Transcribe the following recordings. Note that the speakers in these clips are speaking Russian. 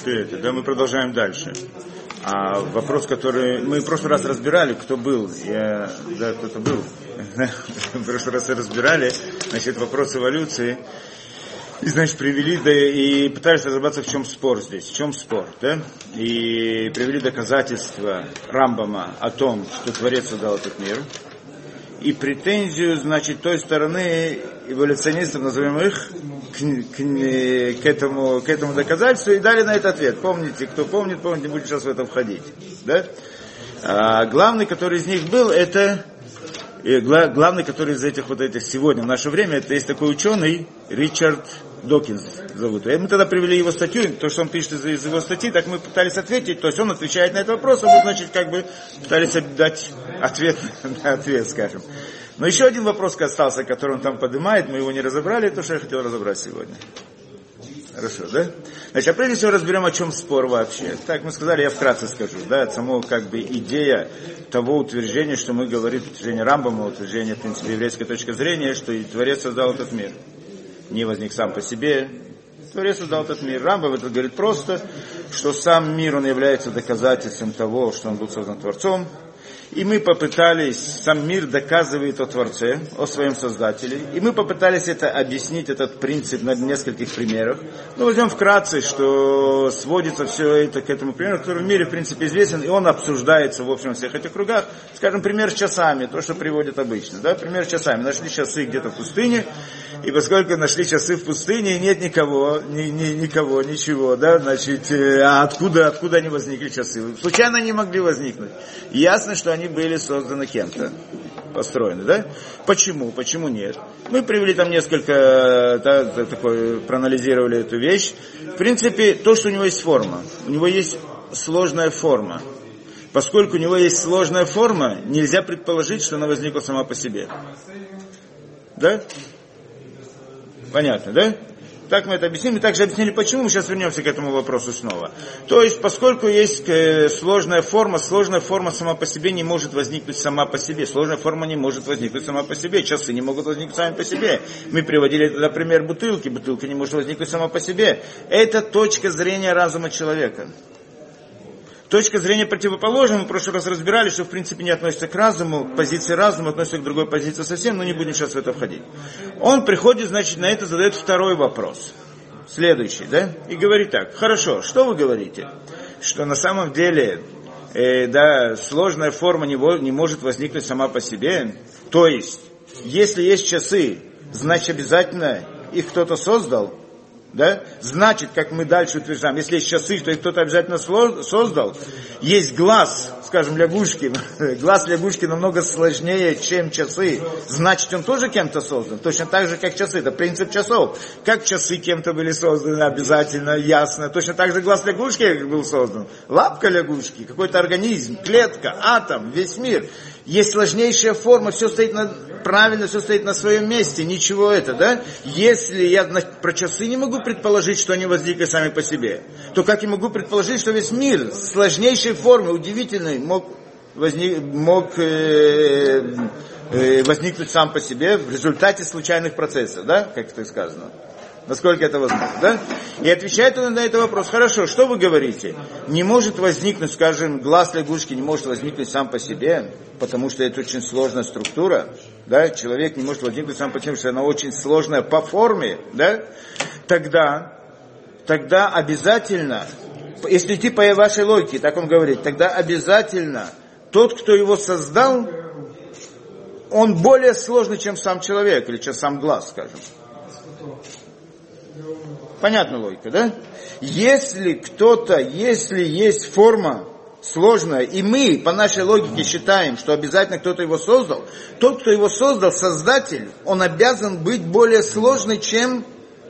принципе, мы продолжаем дальше. А вопрос, который мы в прошлый раз разбирали, кто был, кто-то был, в прошлый раз разбирали, значит, вопрос эволюции, и, значит, привели, и пытались разобраться, в чем спор здесь, в чем спор, да, и привели доказательства Рамбама о том, что Творец создал этот мир, и претензию, значит, той стороны эволюционистов, назовем их, к этому доказательству, и дали на это ответ. Помните, кто помнит, не будет сейчас в это входить. Да? А главный, который из них был, главный, который из этих сегодня, в наше время, это есть такой ученый, Ричард Докинс зовут. И мы тогда привели его статью, то, что он пишет из его статьи, так мы пытались ответить, то есть он отвечает на этот вопрос, а мы, значит, пытались дать ответ на ответ, скажем. Но еще один вопрос остался, который он там поднимает, мы его не разобрали, то, что я хотел разобрать сегодня. Хорошо, да? Значит, а прежде всего разберем, о чем спор вообще. Так, мы сказали, я вкратце скажу, да, само идея того утверждения, что мы говорим, утверждение Рамбама, утверждение, в принципе, еврейской точки зрения, что и Творец создал этот мир. Не возник сам по себе. Творец создал этот мир. Рамбам это говорит просто, что сам мир, он является доказательством того, что он был создан Творцом. И мы попытались, сам мир доказывает о Творце, о своем Создателе, и мы попытались это объяснить, этот принцип на нескольких примерах. Ну, возьмем вкратце, что сводится все это к этому примеру, который в мире, в принципе, известен, и он обсуждается, в общем, в всех этих кругах. Скажем, пример с часами, то, что приводят обычно, да, пример с часами. Нашли часы где-то в пустыне, и поскольку нашли часы в пустыне, нет никого, ничего, да, значит, а откуда они возникли часы? Случайно они могли возникнуть. Ясно, что они были созданы кем-то, построены, да? Почему? Почему нет? Мы привели там несколько, проанализировали эту вещь. В принципе, то, что у него есть форма, у него есть сложная форма. Поскольку у него есть сложная форма, нельзя предположить, что она возникла сама по себе. Да? Понятно, да? Так мы это объяснили. Мы также объяснили, почему. Мы сейчас вернемся к этому вопросу снова. То есть, поскольку есть сложная форма сама по себе не может возникнуть сама по себе. Сложная форма не может возникнуть сама по себе. Часы не могут возникнуть сами по себе. Мы приводили тогда пример бутылки. Бутылка не может возникнуть сама по себе. Это точка зрения разума человека. Точка зрения противоположная, мы в прошлый раз разбирали, что в принципе не относится к разуму, позиции разума относится к другой позиции совсем, но не будем сейчас в это входить. Он приходит, значит, на это задает второй вопрос, следующий, да, и говорит так: хорошо, что вы говорите? Что на самом деле, сложная форма не может возникнуть сама по себе, то есть, если есть часы, значит обязательно их кто-то создал. Да? Значит, как мы дальше утверждаем, если есть часы, то их кто-то обязательно создал. Есть глаз, скажем, лягушки. Глаз лягушки намного сложнее, чем часы. Значит, он тоже кем-то создан. Точно так же, как часы. Это принцип часов. Как часы кем-то были созданы, обязательно, ясно. Точно так же глаз лягушки был создан. Лапка лягушки, какой-то организм, клетка, атом, весь мир. Есть сложнейшая форма, все стоит правильно, все стоит на своем месте, ничего это, да? Если я про часы не могу предположить, что они возникли сами по себе, то как я могу предположить, что весь мир сложнейшей формы, удивительной, мог возникнуть сам по себе в результате случайных процессов, да? Как это сказано. Насколько это возможно, да? И отвечает он на этот вопрос: хорошо, что вы говорите? Не может возникнуть, скажем, глаз лягушки не может возникнуть сам по себе, потому что это очень сложная структура, да? Человек не может возникнуть сам по себе, потому что она очень сложная по форме, да? Тогда обязательно, если идти по вашей логике, так он говорит, тогда обязательно тот, кто его создал, он более сложный, чем сам человек, или чем сам глаз, скажем. Понятна логика, да? Если есть форма сложная, и мы по нашей логике считаем, что обязательно кто-то его создал, тот, кто его создал, создатель, он обязан быть более сложный, чем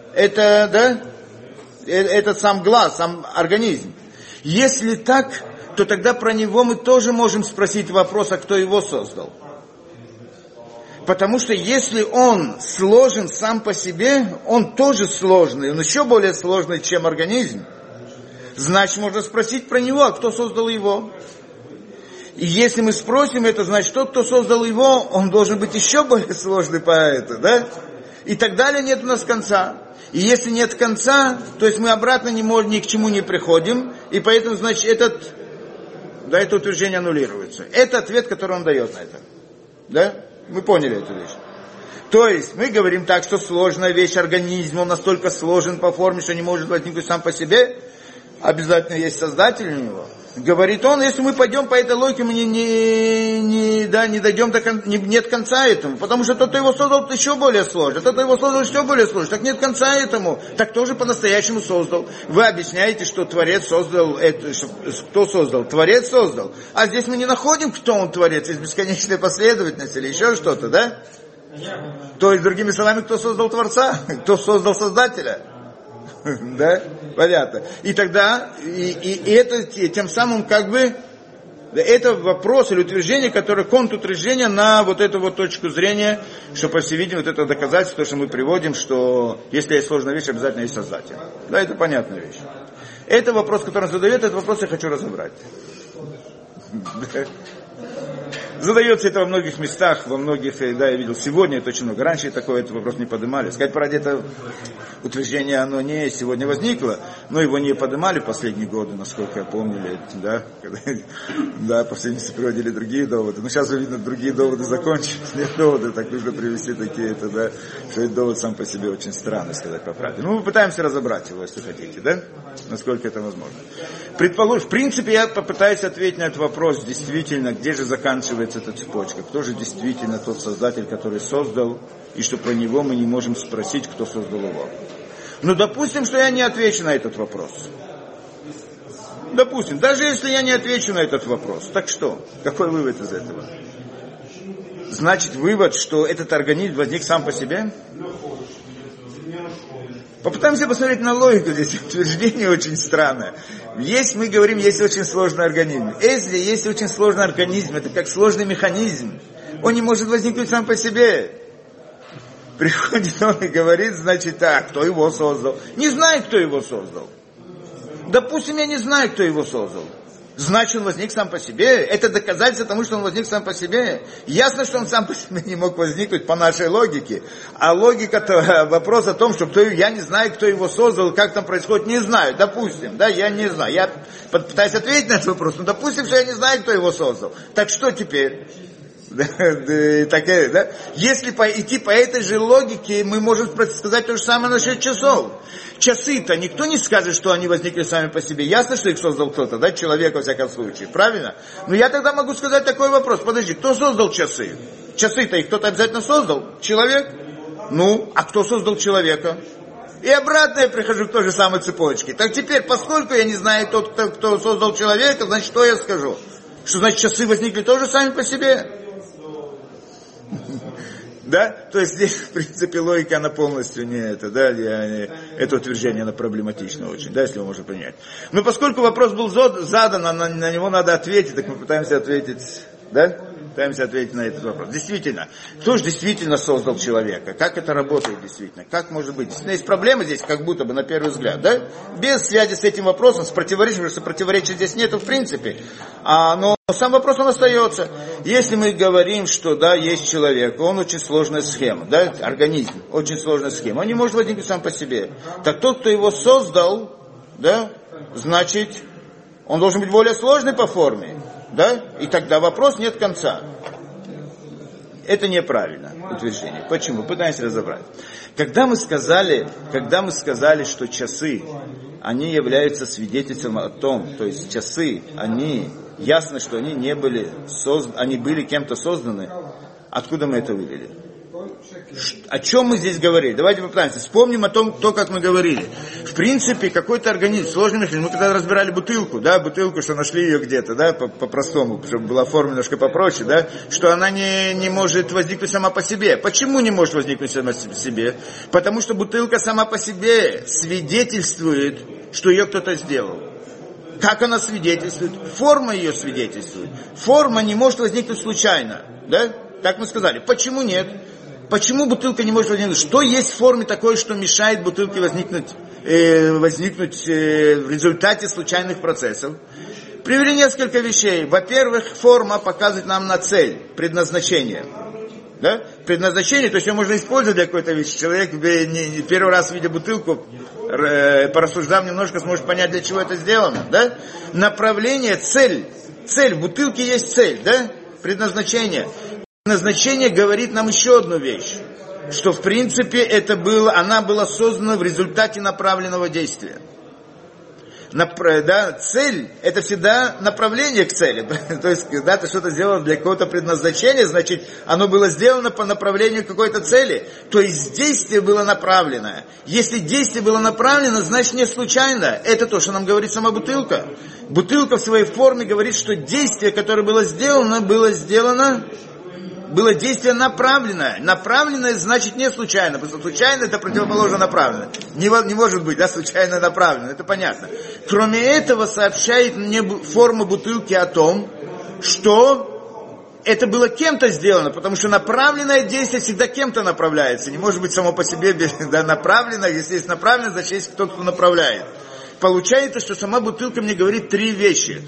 этот сам глаз, сам организм. Если так, то тогда про него мы тоже можем спросить вопрос, а кто его создал? Потому что если он сложен сам по себе, он тоже сложный, он еще более сложный, чем организм. Значит, можно спросить про него, а кто создал его? И если мы спросим это, значит, тот, кто создал его, он должен быть еще более сложный по этому, да? И так далее, нет у нас конца. И если нет конца, то есть мы обратно ни к чему не приходим, и поэтому, значит, это утверждение аннулируется. Это ответ, который он дает на это. Да? Мы поняли эту вещь. То есть мы говорим так, что сложная вещь, организм, он настолько сложен по форме, что не может возникнуть сам по себе. Обязательно есть создатель у него. Говорит он, если мы пойдем по этой логике, мы не дойдем до конца, нет конца этому. Потому что тот, кто его создал, еще более сложно. Тот, кто его создал, еще более сложно. Так нет конца этому. Так кто же по-настоящему создал? Вы объясняете, что Творец создал это. Кто создал? Творец создал. А здесь мы не находим, кто он Творец. Есть бесконечная последовательность или еще что-то, да? То есть, другими словами, кто создал Творца? Кто создал Создателя? Да? Понятно. И тогда, и это тем самым как бы, это вопрос или утверждение, которое контрутверждение на вот эту вот точку зрения, что, по всей видимости, вот это доказательство, что мы приводим, что если есть сложная вещь, обязательно есть Создатель. Да, это понятная вещь. Это вопрос, который он задает, этот вопрос я хочу разобрать. Задается это во многих местах, во многих, да, я видел сегодня, это очень много. Раньше такой этот вопрос не поднимали. Сказать, правда, это утверждение, оно не сегодня возникло, но его не поднимали последние годы, насколько я помню, да, когда, да, по всей видимости, приводили другие доводы. Но сейчас, видно, другие доводы закончились, нет довода, так нужно привести такие, это, да, что этот довод сам по себе очень странный, сказать по правде. Ну, мы пытаемся разобрать его, если хотите, да, насколько это возможно. Предположим, в принципе, я попытаюсь ответить на этот вопрос, действительно, где же заканчивается эта цепочка, кто же действительно тот Создатель, который создал, и что про него мы не можем спросить, кто создал его. Ну, допустим, что я не отвечу на этот вопрос. Допустим, даже если я не отвечу на этот вопрос, так что? Какой вывод из этого? Значит, вывод, что этот организм возник сам по себе? Попытаемся посмотреть на логику, здесь утверждение очень странное. Мы говорим, есть очень сложный организм. Если есть очень сложный организм, это как сложный механизм. Он не может возникнуть сам по себе. Приходит он и говорит, значит, кто его создал? Не знаю, кто его создал. Допустим, я не знаю, кто его создал. Значит, он возник сам по себе. Это доказательство тому, что он возник сам по себе. Ясно, что он сам по себе не мог возникнуть по нашей логике. А логика-то, вопрос о том, что я не знаю, кто его создал, как там происходит, не знаю. Допустим, да, я не знаю. Я пытаюсь ответить на этот вопрос, но допустим, что я не знаю, кто его создал. Так что теперь? Да? Если идти по этой же логике, мы можем сказать то же самое насчет часов. Часы-то никто не скажет, что они возникли сами по себе. Ясно, что их создал кто-то, да, человек во всяком случае, правильно? Но я тогда могу сказать такой вопрос. Подожди, кто создал часы? Часы-то их кто-то обязательно создал? Человек? Ну, а кто создал человека? И обратно я прихожу к той же самой цепочке. Так теперь, поскольку я не знаю тот, кто создал человека, значит, что я скажу? Что значит, часы возникли тоже сами по себе? Да? То есть здесь, в принципе, логика, она полностью не это, да, это утверждение, оно проблематично очень, да, если его можно принять. Но поскольку вопрос был задан, на него надо ответить, так мы пытаемся ответить, да? Пытаемся ответить на этот вопрос. Действительно, кто же действительно создал человека? Как это работает действительно? Как может быть? Действительно, есть проблема здесь, как будто бы, на первый взгляд, да? Без связи с этим вопросом, с противоречием, потому что противоречия здесь нету в принципе. Но сам вопрос, он остается. Если мы говорим, что, да, есть человек, он очень сложная схема, да, организм, очень сложная схема, он не может возникнуть сам по себе. Так тот, кто его создал, да, значит, он должен быть более сложный по форме. Да? И тогда вопрос нет конца. Это неправильно утверждение. Почему? Пытаемся разобрать. Когда мы сказали, что часы, они являются свидетельством о том, то есть часы, ясно, что они не были созданы, они были кем-то созданы. Откуда мы это вывели? О чем мы здесь говорили? Давайте попытаемся. Вспомним о том, как мы говорили. В принципе, какой-то организм, сложный механизм. Мы когда разбирали бутылку, что нашли ее где-то, да, по-простому, чтобы была форма немножко попроще, да, что она не может возникнуть сама по себе. Почему не может возникнуть сама по себе? Потому что бутылка сама по себе свидетельствует, что ее кто-то сделал. Как она свидетельствует? Форма ее свидетельствует. Форма не может возникнуть случайно, да? Так мы сказали. Почему нет? Почему бутылка не может возникнуть? Что есть в форме такое, что мешает бутылке возникнуть в результате случайных процессов? Привели несколько вещей. Во-первых, форма показывает нам на цель, предназначение. Да? предназначение, то есть ее можно использовать для какой-то вещи. Человек не первый раз, видя бутылку, порассуждав немножко, сможет понять, для чего это сделано, да? Направление, цель в бутылке есть цель, да? Предназначение. Предназначение говорит нам еще одну вещь, что в принципе она была создана в результате направленного действия. Цель – это всегда направление к цели. То есть, когда ты что-то сделал для какого-то предназначения, значит, оно было сделано по направлению к какой-то цели. То есть, действие было направленное. Если действие было направлено, значит, не случайно. Это то, что нам говорит сама бутылка. Бутылка в своей форме говорит, что действие, которое было действие направленное. Направленное значит не случайно, потому что случайно это противоположно направленно. Не может быть, да, случайно направленно, это понятно. Кроме этого, сообщает мне форма бутылки о том, что это было кем-то сделано, потому что направленное действие всегда кем-то направляется. Не может быть само по себе направлено, если есть направлено, значит есть кто-то, кто направляет. Получается, что сама бутылка мне говорит три вещи.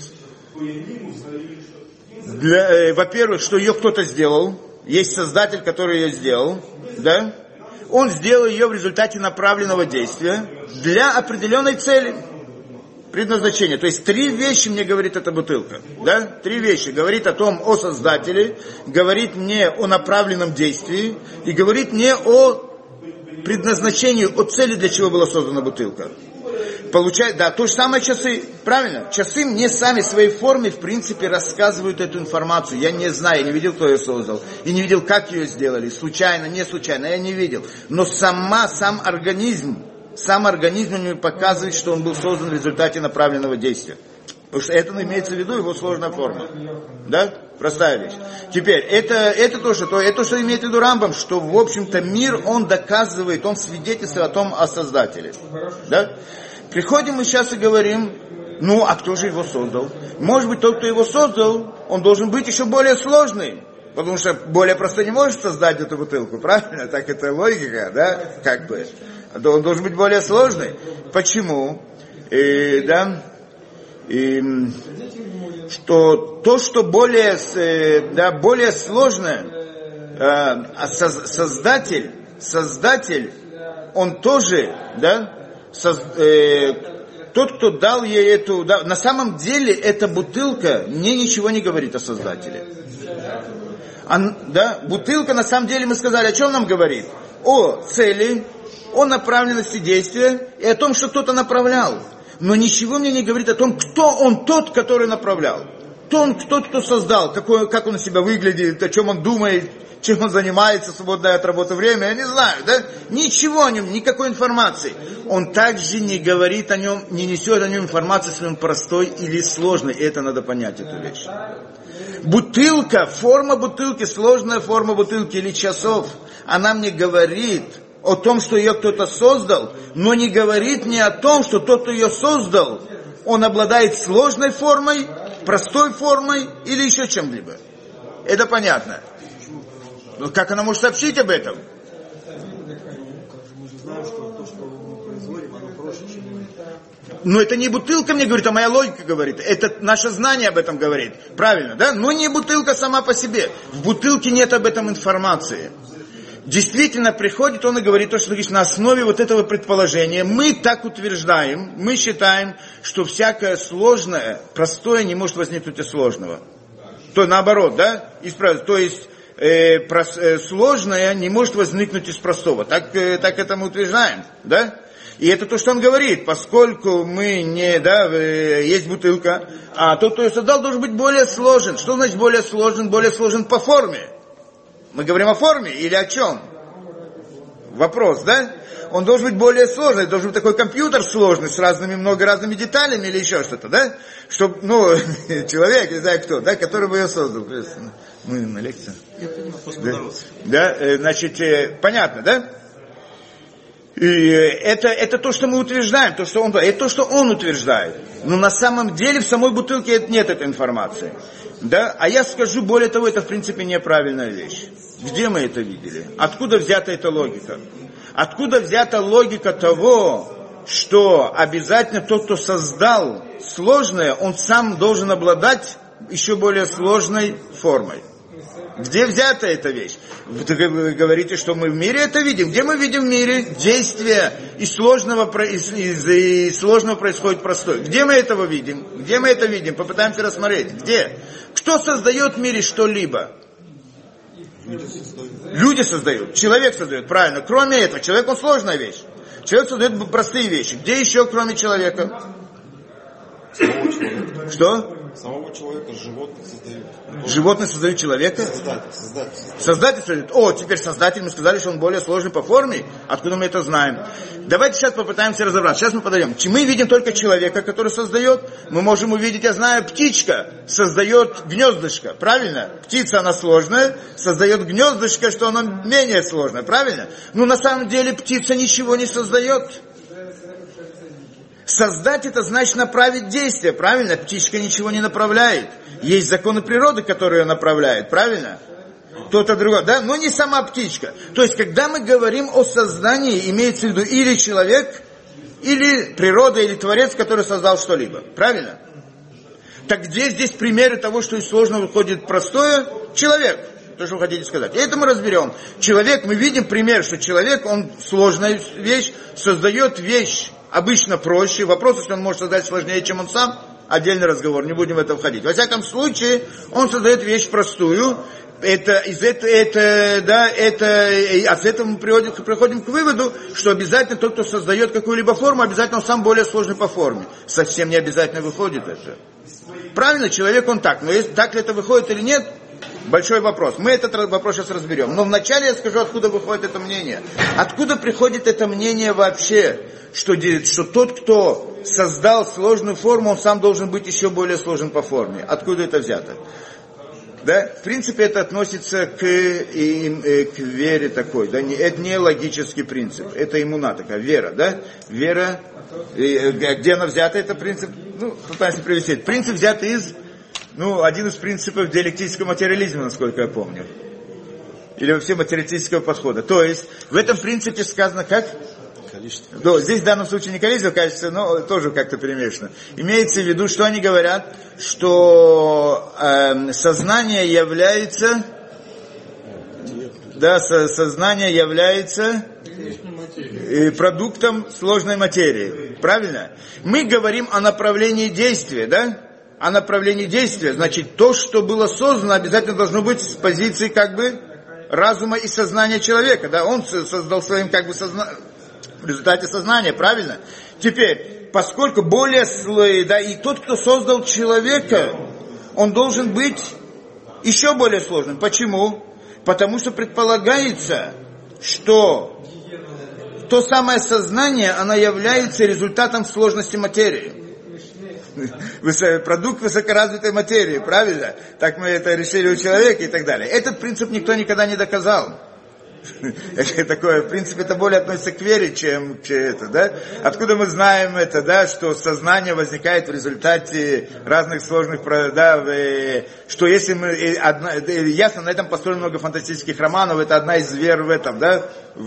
Во-первых, что ее кто-то сделал, есть создатель, который ее сделал, да? Он сделал ее в результате направленного действия для определенной цели, предназначения. То есть три вещи мне говорит эта бутылка, да? Три вещи. Говорит о создателе, говорит мне о направленном действии и говорит мне о предназначении, о цели, для чего была создана бутылка. Получается, да, то же самое часы, правильно? Часы мне сами в своей форме, в принципе, рассказывают эту информацию. Я не знаю, я не видел, кто ее создал, и не видел, как ее сделали, случайно, не случайно, я не видел. Но сам организм мне показывает, что он был создан в результате направленного действия. Потому что это имеется в виду его сложная форма. Да? Простая вещь. Теперь, это то, что имеет в виду Рамбам, что, в общем-то, мир, он доказывает, он свидетельствует о Создателе. Да? Приходим мы сейчас и говорим, а кто же его создал? Может быть, тот, кто его создал, он должен быть еще более сложный. Потому что более простой не может создать эту бутылку, правильно? Так это логика, да? Как бы. Он должен быть более сложный. Почему? Что более сложное, создатель, он тоже, да? Тот, кто дал ей эту... Да, на самом деле, эта бутылка мне ничего не говорит о Создателе. Бутылка, на самом деле, мы сказали, о чем нам говорит? О цели, о направленности действия и о том, что кто-то направлял. Но ничего мне не говорит о том, кто он тот, который направлял. Тот, кто создал, как он себя выглядит, о чем он думает, чем он занимается в свободное от работы время, я не знаю, да? Ничего о нем, никакой информации. Он также не говорит о нем, не несет о нем информацию, если он простой или сложный. И это надо понять, эту вещь. Бутылка, форма бутылки, сложная форма бутылки или часов, она мне говорит о том, что ее кто-то создал, но не говорит мне о том, что тот, кто ее создал, он обладает сложной формой, простой формой или еще чем-либо. Это понятно. Но как она может сообщить об этом? Но это не бутылка мне говорит, а моя логика говорит. Это наше знание об этом говорит. Правильно, да? Но не бутылка сама по себе. В бутылке нет об этом информации. Действительно, приходит он и говорит, то, что на основе вот этого предположения мы так утверждаем, мы считаем, что всякое сложное, простое не может возникнуть из сложного. То наоборот, да? То есть сложное не может возникнуть из простого. Так это мы утверждаем, да? И это то, что он говорит, поскольку мы есть бутылка, а тот, кто ее создал, должен быть более сложен. Что значит более сложен? Более сложен по форме. Мы говорим о форме или о чем? Вопрос, да? Он должен быть более сложный, должен быть такой компьютер сложный, с много разными деталями или еще что-то, да? Чтобы, человек, не знаю кто, да, который бы ее создал. Мы на лекции. Я понимаю, значит, понятно, да? И это то, что мы утверждаем, это то, что он утверждает. Но на самом деле в самой бутылке нет этой информации. Да? А я скажу, более того, это в принципе неправильная вещь. Где мы это видели? Откуда взята эта логика? Откуда взята логика того, что обязательно тот, кто создал сложное, он сам должен обладать еще более сложной формой? Где взята эта вещь? Вы говорите, что мы в мире это видим. Где мы видим в мире? Действие из сложного происходит простое. Где мы этого видим? Где мы это видим? Попытаемся рассмотреть. Где? Кто создает в мире что-либо? Люди создают. Человек создает, правильно. Кроме этого, человек, он сложная вещь. Человек создает простые вещи. Где еще, кроме человека? Самого человека. Что? Самого человека животных создают. Животные создают человека? Создатель. Создатель создает. О, теперь создатель, мы сказали, что он более сложный по форме. Откуда мы это знаем? Давайте сейчас попытаемся разобраться. Сейчас мы подойдем. Мы видим только человека, который создает. Мы можем увидеть, я знаю, птичка создает гнездышко. Правильно? Птица, она сложная, создает гнездышко, что оно менее сложное. Правильно? Но на самом деле птица ничего не создает. Создать это значит направить действие, правильно? Птичка ничего не направляет. Есть законы природы, которые ее направляют, правильно? Кто-то другой, да? Но не сама птичка. То есть, когда мы говорим о создании, имеется в виду или человек, или природа, или творец, который создал что-либо. Правильно? Так где здесь примеры того, что из сложного выходит простое? Человек. То, что вы хотите сказать. И это мы разберем. Человек, мы видим пример, что человек, он сложная вещь, создает вещь обычно проще. Вопрос, если он может создать сложнее, чем он сам, отдельный разговор, не будем в это входить. Во всяком случае, он создает вещь простую. От этого мы приходим к выводу, что обязательно тот, кто создает какую-либо форму, обязательно он сам более сложный по форме. Совсем не обязательно выходит это. Правильно, человек он так. Но так ли это выходит или нет, большой вопрос. Мы этот вопрос сейчас разберем. Но вначале я скажу, откуда выходит это мнение. Откуда приходит это мнение вообще, что тот, кто создал сложную форму, он сам должен быть еще более сложным по форме. Откуда это взято? Да? В принципе, это относится к вере такой. Да? Это не логический принцип. Это иммуна такая, вера. Да? Вера, где она взята, это принцип, пытаемся привести. Принцип взят из, один из принципов диалектического материализма, насколько я помню. Или вообще материалистического подхода. То есть, в этом принципе сказано как? Да, здесь в данном случае не количество, кажется, но тоже как-то перемешано. Имеется в виду, что они говорят, что сознание является, сознание является продуктом сложной материи. Правильно? Мы говорим о направлении действия, да? О направлении действия. Значит, то, что было создано, обязательно должно быть с позиции разума и сознания человека. Да? Он создал своим в результате сознания, правильно? Теперь, поскольку более и тот, кто создал человека, он должен быть еще более сложным. Почему? Потому что предполагается, что то самое сознание, оно является результатом сложности материи. Продукт высокоразвитой материи, правильно? Так мы это решили у человека и так далее. Этот принцип никто никогда не доказал. Это такое, в принципе, это более относится к вере, чем к это, да? Откуда мы знаем это, да, что сознание возникает в результате разных сложных, да, что если мы, ясно, на этом построено много фантастических романов, это одна из вер в этом, да,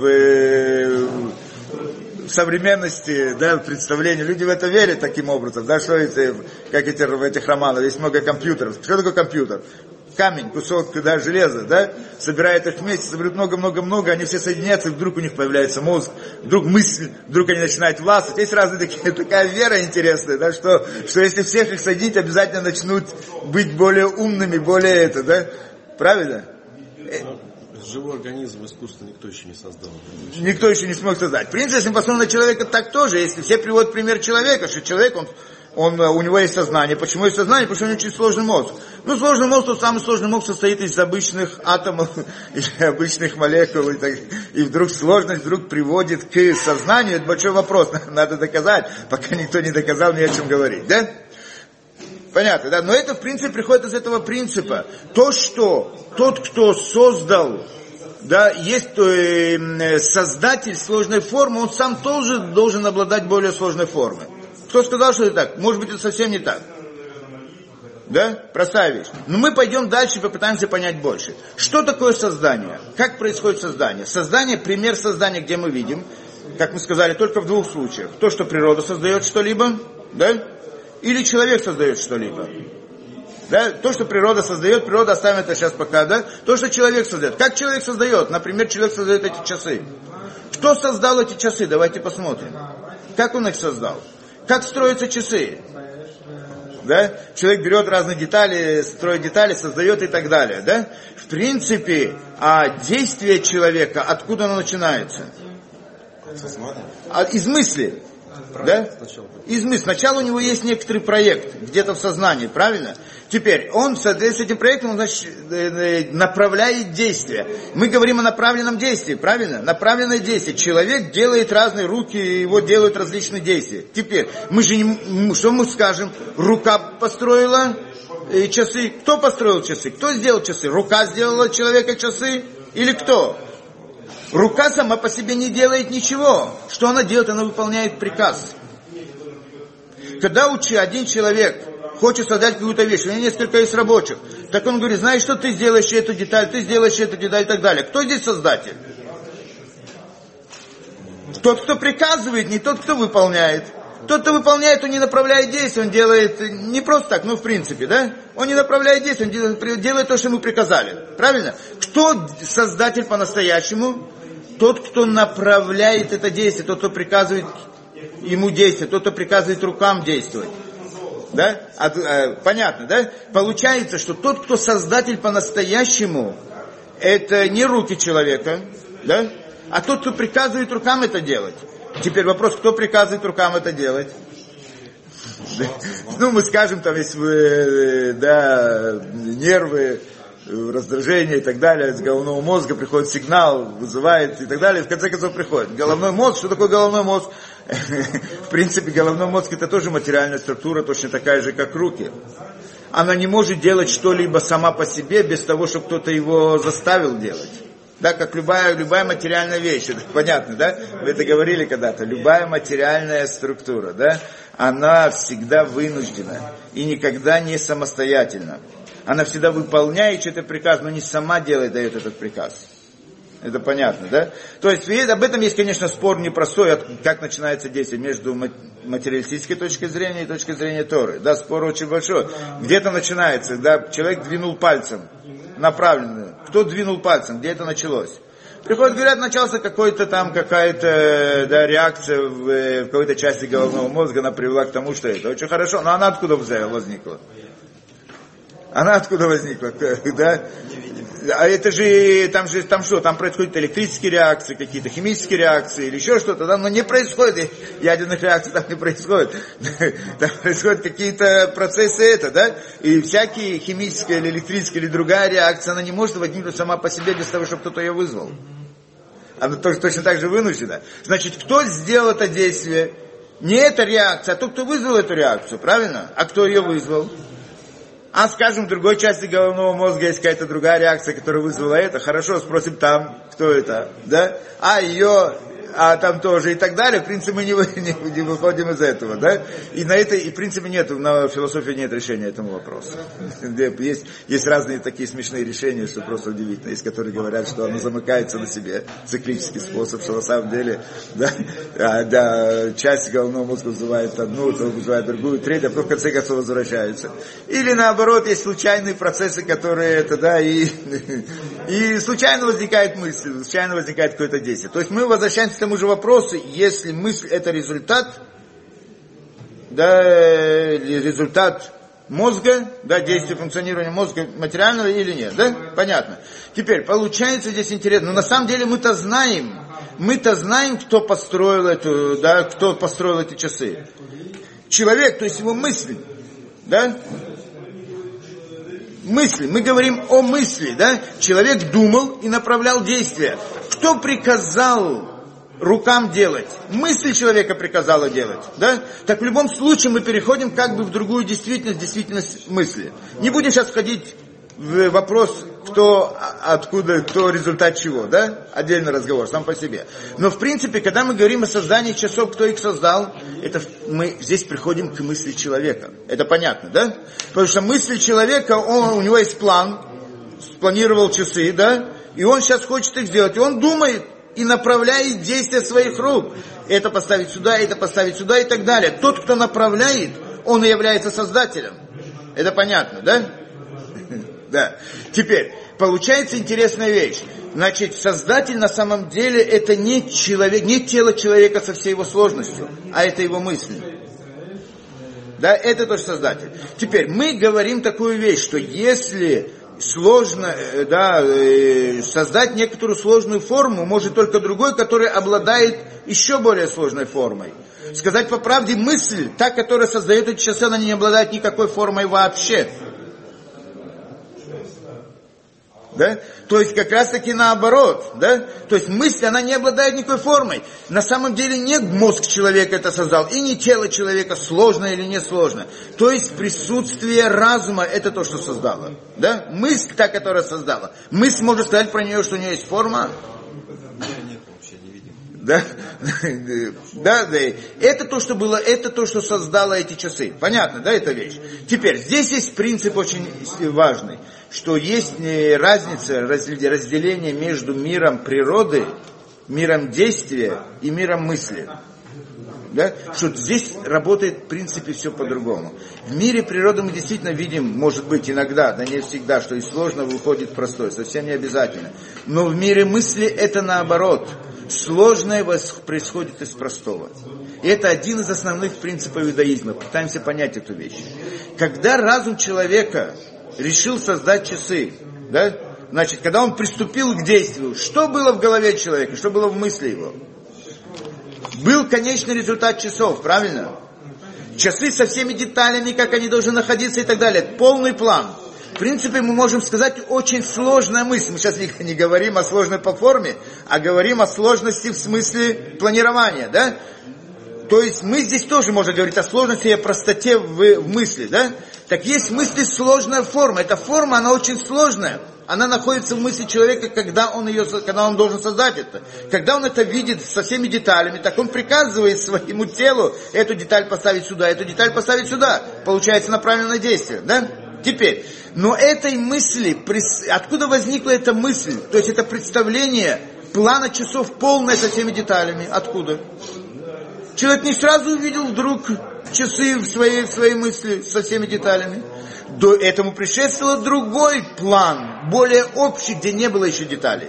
в современности, да, представления, люди в это верят таким образом, да, что эти, как в этих романах, есть много компьютеров. Что такое компьютер? Камень, кусок, железа, да, собирает их вместе, соберут много-много-много, они все соединяются, и вдруг у них появляется мозг, вдруг мысль, вдруг они начинают властвовать. Есть разные такая вера интересная, да, что если всех их соединить, обязательно начнут быть более умными, более да, правильно? Живой организм искусства никто еще не создал. Никто еще не смог создать. В принципе, если мы посмотрим на человека, так тоже, если все приводят пример человека, что человек, у него есть сознание. Почему есть сознание? Потому что у него очень сложный мозг. Сложный мозг, тот самый сложный мозг состоит из обычных атомов, или обычных молекул. И вдруг сложность приводит к сознанию. Это большой вопрос, надо доказать. Пока никто не доказал, не о чем говорить. Да? Понятно, да? Но это, в принципе, приходит из этого принципа. То, что тот, кто создал, да, есть создатель сложной формы, он сам тоже должен обладать более сложной формой. Кто сказал, что это так? Может быть, это совсем не так. Да? Простая вещь. Но мы пойдем дальше и попытаемся понять больше. Что такое создание? Как происходит создание? Создание, пример создания, где мы видим, как мы сказали, только в двух случаях. То, что природа создает что-либо, да? Или человек создает что-либо. Да? То, что природа создает, природа оставим это сейчас пока, да? То, что человек создает. Как человек создает? Например, человек создает эти часы. Кто создал эти часы? Давайте посмотрим. Как он их создал? Как строятся часы? Да? Человек берет разные детали, строит детали, создает и так далее. Да? В принципе, действие человека, откуда оно начинается? Из мысли. Да? Из мысли. Сначала у него есть некоторый проект, где-то в сознании, правильно? Теперь, он в соответствии с этим проектом, он, значит, направляет действия. Мы говорим о направленном действии, правильно? Направленное действие. Человек делает разные руки, его делают различные действия. Теперь, мы же не, что мы скажем? Рука построила часы. Кто построил часы? Кто сделал часы? Рука сделала человека часы? Или кто? Рука сама по себе не делает ничего. Что она делает? Она выполняет приказ. Когда один человек хочет создать какую-то вещь, у него несколько есть рабочих, так он говорит, знаешь что, ты сделаешь эту деталь, ты сделаешь эту деталь и так далее. Кто здесь создатель? Тот, кто приказывает, не тот, кто выполняет. Тот, кто выполняет, он не направляет действия, он делает не просто так, в принципе, да? Он не направляет действия, он делает то, что ему приказали. Правильно? Кто создатель по-настоящему? Тот, кто направляет это действие, тот, кто приказывает ему действовать, тот, кто приказывает рукам действовать. Да? Понятно, да? Получается, что тот, кто создатель по-настоящему, это не руки человека, да? А тот, кто приказывает рукам это делать. Теперь вопрос, кто приказывает рукам это делать? Мы скажем, там есть нервы, раздражение и так далее, с головного мозга приходит сигнал, вызывает и так далее, в конце концов приходит. Головной мозг, что такое головной мозг? В принципе, головной мозг это тоже материальная структура, точно такая же, как руки. Она не может делать что-либо сама по себе, без того, чтобы кто-то его заставил делать. Да, как любая материальная вещь, это понятно, да? Вы это говорили когда-то. Любая материальная структура, да, она всегда вынуждена и никогда не самостоятельна. Она всегда выполняет чей-то приказ, но не сама дает этот приказ. Это понятно, да? То есть об этом есть, конечно, спор непростой, как начинается действие между материалистической точкой зрения и точкой зрения Торы. Да, спор очень большой. Где-то начинается, да, человек двинул пальцем направленно. Кто двинул пальцем? Где это началось? Приходят, говорят, начался какая-то реакция в какой-то части головного мозга, она привела к тому, что это очень хорошо. Но она откуда возникла? Она откуда возникла? Да? А это же, там что? Там происходят электрические реакции, какие-то химические реакции или еще что-то. Там не происходит, ядерных реакций там не происходит. Там происходят какие-то процессы да? И всякие химические или электрические или другая реакция, она не может возникнуть сама по себе без того, чтобы кто-то ее вызвал. Она точно так же вынуждена. Значит, кто сделал это действие? Не эта реакция, а тот, кто вызвал эту реакцию, правильно? А кто ее вызвал? А, скажем, в другой части головного мозга есть какая-то другая реакция, которая вызвала это. Хорошо, спросим там, кто это, да? А там тоже и так далее. В принципе, мы не выходим из этого, да? И на это, и в принципе, на философии нет решения этому вопросу. Есть разные такие смешные решения, что просто удивительно. Есть, которые говорят, что оно замыкается на себе. Циклический способ, что на самом деле, часть головного мозга вызывает одну, то вызывает другую, третью, а потом в конце концов возвращаются. Или наоборот, есть случайные процессы, которые и случайно возникает мысль, случайно возникает какое-то действие. То есть мы возвращаемся к тому же вопросу, если мысль это результат, результат мозга, действия функционирования мозга материального или нет, да? Понятно. Теперь, получается здесь интересно, но на самом деле мы-то знаем, кто построил кто построил эти часы. Человек, то есть его мысль, да? Мысли. Мы говорим о мысли, да? Человек думал и направлял действия. Кто приказал рукам делать? Мысль человека приказала делать, да? Так в любом случае мы переходим как бы в другую действительность мысли. Не будем сейчас входить в вопрос, кто, откуда, кто результат чего, да? Отдельный разговор, сам по себе. Но в принципе, когда мы говорим о создании часов, кто их создал, это мы здесь приходим к мысли человека. Это понятно, да? Потому что мысль человека, у него есть план, спланировал часы, да? И он сейчас хочет их сделать. И он думает и направляет действия своих рук. Это поставить сюда и так далее. Тот, кто направляет, он и является создателем. Это понятно, да? Да. Теперь, получается интересная вещь. Значит, Создатель на самом деле это не человек, не тело человека со всей его сложностью, а это его мысли. Да, это тоже Создатель. Теперь, мы говорим такую вещь, что если сложно, создать некоторую сложную форму может только другой, который обладает еще более сложной формой. Сказать по правде, мысль, та, которая создает эти часы, она не обладает никакой формой вообще. Да? То есть как раз таки наоборот, да? То есть мысль, она не обладает никакой формой. На самом деле не мозг человека это создал, и не тело человека, сложное или несложное. То есть присутствие разума, это то, что создало. Да? Мысль, та, которая создала. Мысль, можно сказать про нее, что у нее есть форма. Да? Да, да. Это то, что было, это то, что создало эти часы. Понятно, да, эта вещь? Теперь, здесь есть принцип очень важный, что есть разница, разделение между миром природы, миром действия и миром мысли. Да? Что здесь работает в принципе все по-другому. В мире природы мы действительно видим, может быть иногда, да не всегда, что из сложного выходит простое, совсем не обязательно. Но в мире мысли это наоборот. Сложное происходит из простого. И это один из основных принципов иудаизма. Пытаемся понять эту вещь. Когда разум человека решил создать часы, да, значит, когда он приступил к действию, что было в голове человека, что было в мысли его? Был конечный результат часов, правильно? Часы со всеми деталями, как они должны находиться и так далее. Полный план. В принципе, мы можем сказать, очень сложная мысль. Мы сейчас не говорим о сложной по форме, а говорим о сложности в смысле планирования, да? То есть мы здесь тоже можем говорить о сложности и о простоте в мысли, да? Так есть в мысли сложная форма. Эта форма, она очень сложная. Она находится в мысли человека, когда он должен создать это. Когда он это видит со всеми деталями, так он приказывает своему телу эту деталь поставить сюда, эту деталь поставить сюда. Получается направленное действие, да? Теперь, но этой мысли, откуда возникла эта мысль? То есть это представление плана часов полное со всеми деталями. Откуда? Человек не сразу увидел вдруг часы в своей мысли со всеми деталями. До этому предшествовал другой план, более общий, где не было еще деталей.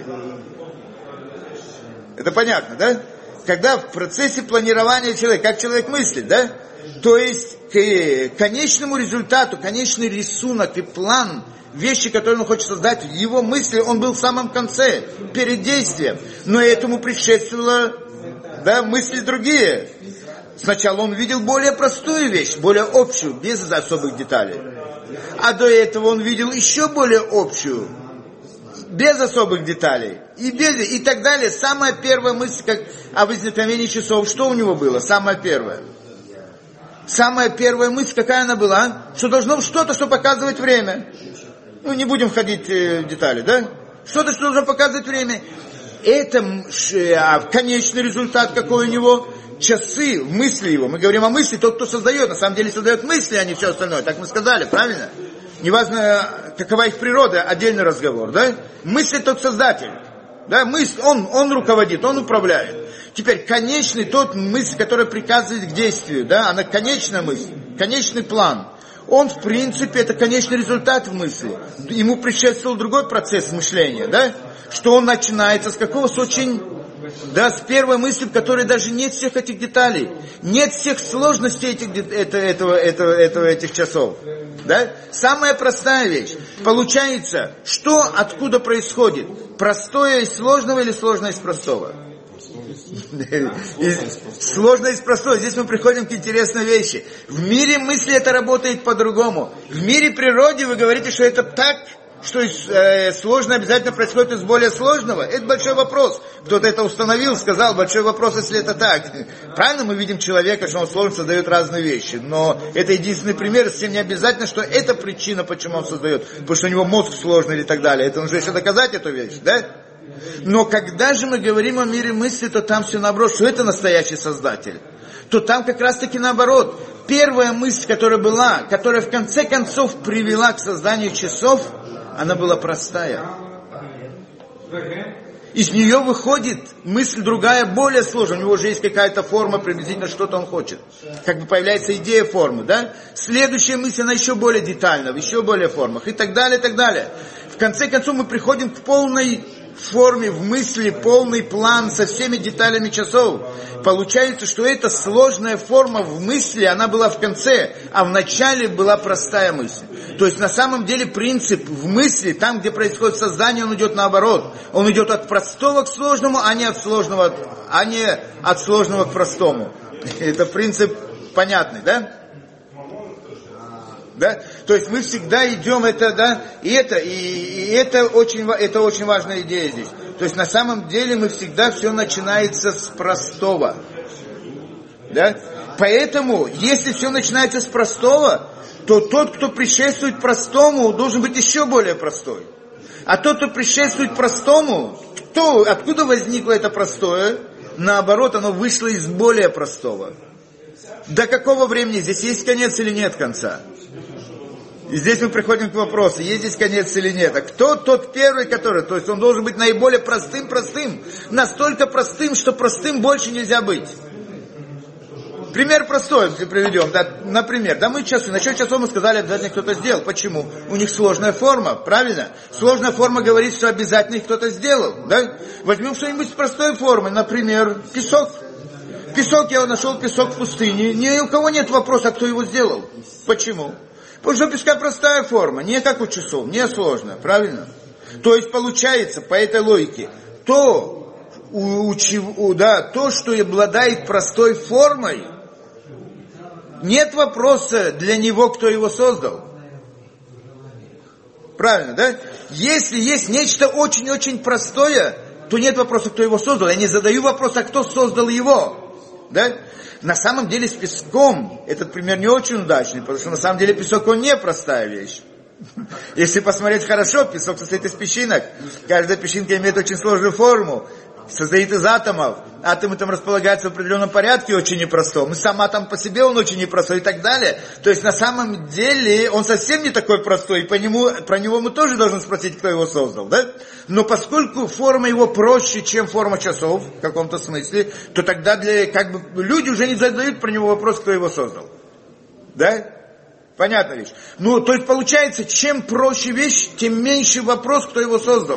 Это понятно, да? Когда в процессе планирования человека, как человек мыслит, да? То есть к конечному результату, конечный рисунок и план, вещи, которые он хочет создать, в его мысли, он был в самом конце, перед действием. Но этому предшествовало, да, мысли другие. Сначала он видел более простую вещь, более общую, без особых деталей. А до этого он видел еще более общую, без особых деталей. И так далее. Самая первая мысль, как о возникновении часов, что у него было? Самая первая. Самая первая мысль, какая она была? Что должно что-то, что показывает время. Ну, не будем входить в детали, да? Что-то, что должно показывать время. Это конечный результат какой у него? Часы в мысли его. Мы говорим о мысли, тот, кто создает. На самом деле создает мысли, а не все остальное. Так мы сказали, правильно? Неважно, какова их природа, отдельный разговор, да? Мысль тот создатель. Да, мысль, он руководит, он управляет. Теперь конечный тот мысль, которая приказывает к действию, да, она конечная мысль, конечный план. Он, в принципе, это конечный результат в мысли. Ему предшествовал другой процесс мышления, да, что он начинается с какого-то очень, да, с первой мысли, в которой даже нет всех этих деталей, нет всех сложностей этих часов, да. Самая простая вещь. Получается, что откуда происходит? Простое из сложного или сложное из простого? Сложно из простого. Здесь мы приходим к интересной вещи. В мире мысли это работает по-другому. В мире природы вы говорите, что это так, что сложное обязательно происходит из более сложного. Это большой вопрос. Кто-то это установил, сказал, большой вопрос, если это так. Правильно мы видим человека, что он сложно создает разные вещи. Но это единственный пример, совсем не обязательно, что это причина, почему он создает. Потому что у него мозг сложный и так далее. Это нужно еще доказать эту вещь, да? Но когда же мы говорим о мире мысли, то там все наоборот, что это настоящий создатель. То там как раз таки наоборот. Первая мысль, которая была, которая в конце концов привела к созданию часов, она была простая. из нее выходит мысль другая, более сложная. У него уже есть какая-то форма, приблизительно что-то он хочет. Как бы появляется идея формы, да? Следующая мысль, она еще более детальна, в еще более формах, и так далее, и так далее. В конце концов мы приходим к полной форме, в мысли, полный план со всеми деталями часов. Получается, что эта сложная форма в мысли, она была в конце, а в начале была простая мысль. То есть на самом деле принцип в мысли, там, где происходит создание, он идет наоборот. Он идет от простого к сложному, а не от сложного к простому. Это принцип понятный, да? Да? То есть мы всегда идем и это очень важная идея здесь. То есть на самом деле мы всегда все начинается с простого. Да? Поэтому, если все начинается с простого, то тот, кто предшествует простому, должен быть еще более простой. А тот, кто предшествует простому, откуда возникло это простое? Наоборот, оно вышло из более простого. До какого времени? Здесь есть конец или нет конца? И здесь мы приходим к вопросу, есть здесь конец или нет. А кто тот первый, который... То есть он должен быть наиболее простым. Настолько простым, что простым больше нельзя быть. Пример простой приведем. Да, например, насчет часов мы сказали, обязательно кто-то сделал. Почему? У них сложная форма, правильно? Сложная форма говорит, что обязательно их кто-то сделал. Да? Возьмем что-нибудь с простой формы. Например, песок. Я нашел песок в пустыне. Ни у кого нет вопроса, кто его сделал. Почему? Потому что у песка простая форма, не как у часов, не сложная, правильно? То есть получается, по этой логике, то, что обладает простой формой, нет вопроса для него, кто его создал. Правильно, да? Если есть нечто очень-очень простое, то нет вопроса, кто его создал. Я не задаю вопроса, кто создал его. Да? На самом деле с песком этот пример не очень удачный, потому что на самом деле песок, он не простая вещь. Если посмотреть хорошо, песок состоит из песчинок. Каждая песчинка имеет очень сложную форму, состоит из атомов. Атомы там располагаются в определенном порядке, очень непростом. И сам атом по себе, он очень непростой и так далее. То есть на самом деле он совсем не такой простой, и про него мы тоже должны спросить, кто его создал, да? Но поскольку форма его проще, чем форма часов, в каком-то смысле, то тогда люди уже не задают про него вопрос, кто его создал. Да? Понятная вещь. То есть получается, чем проще вещь, тем меньше вопрос, кто его создал.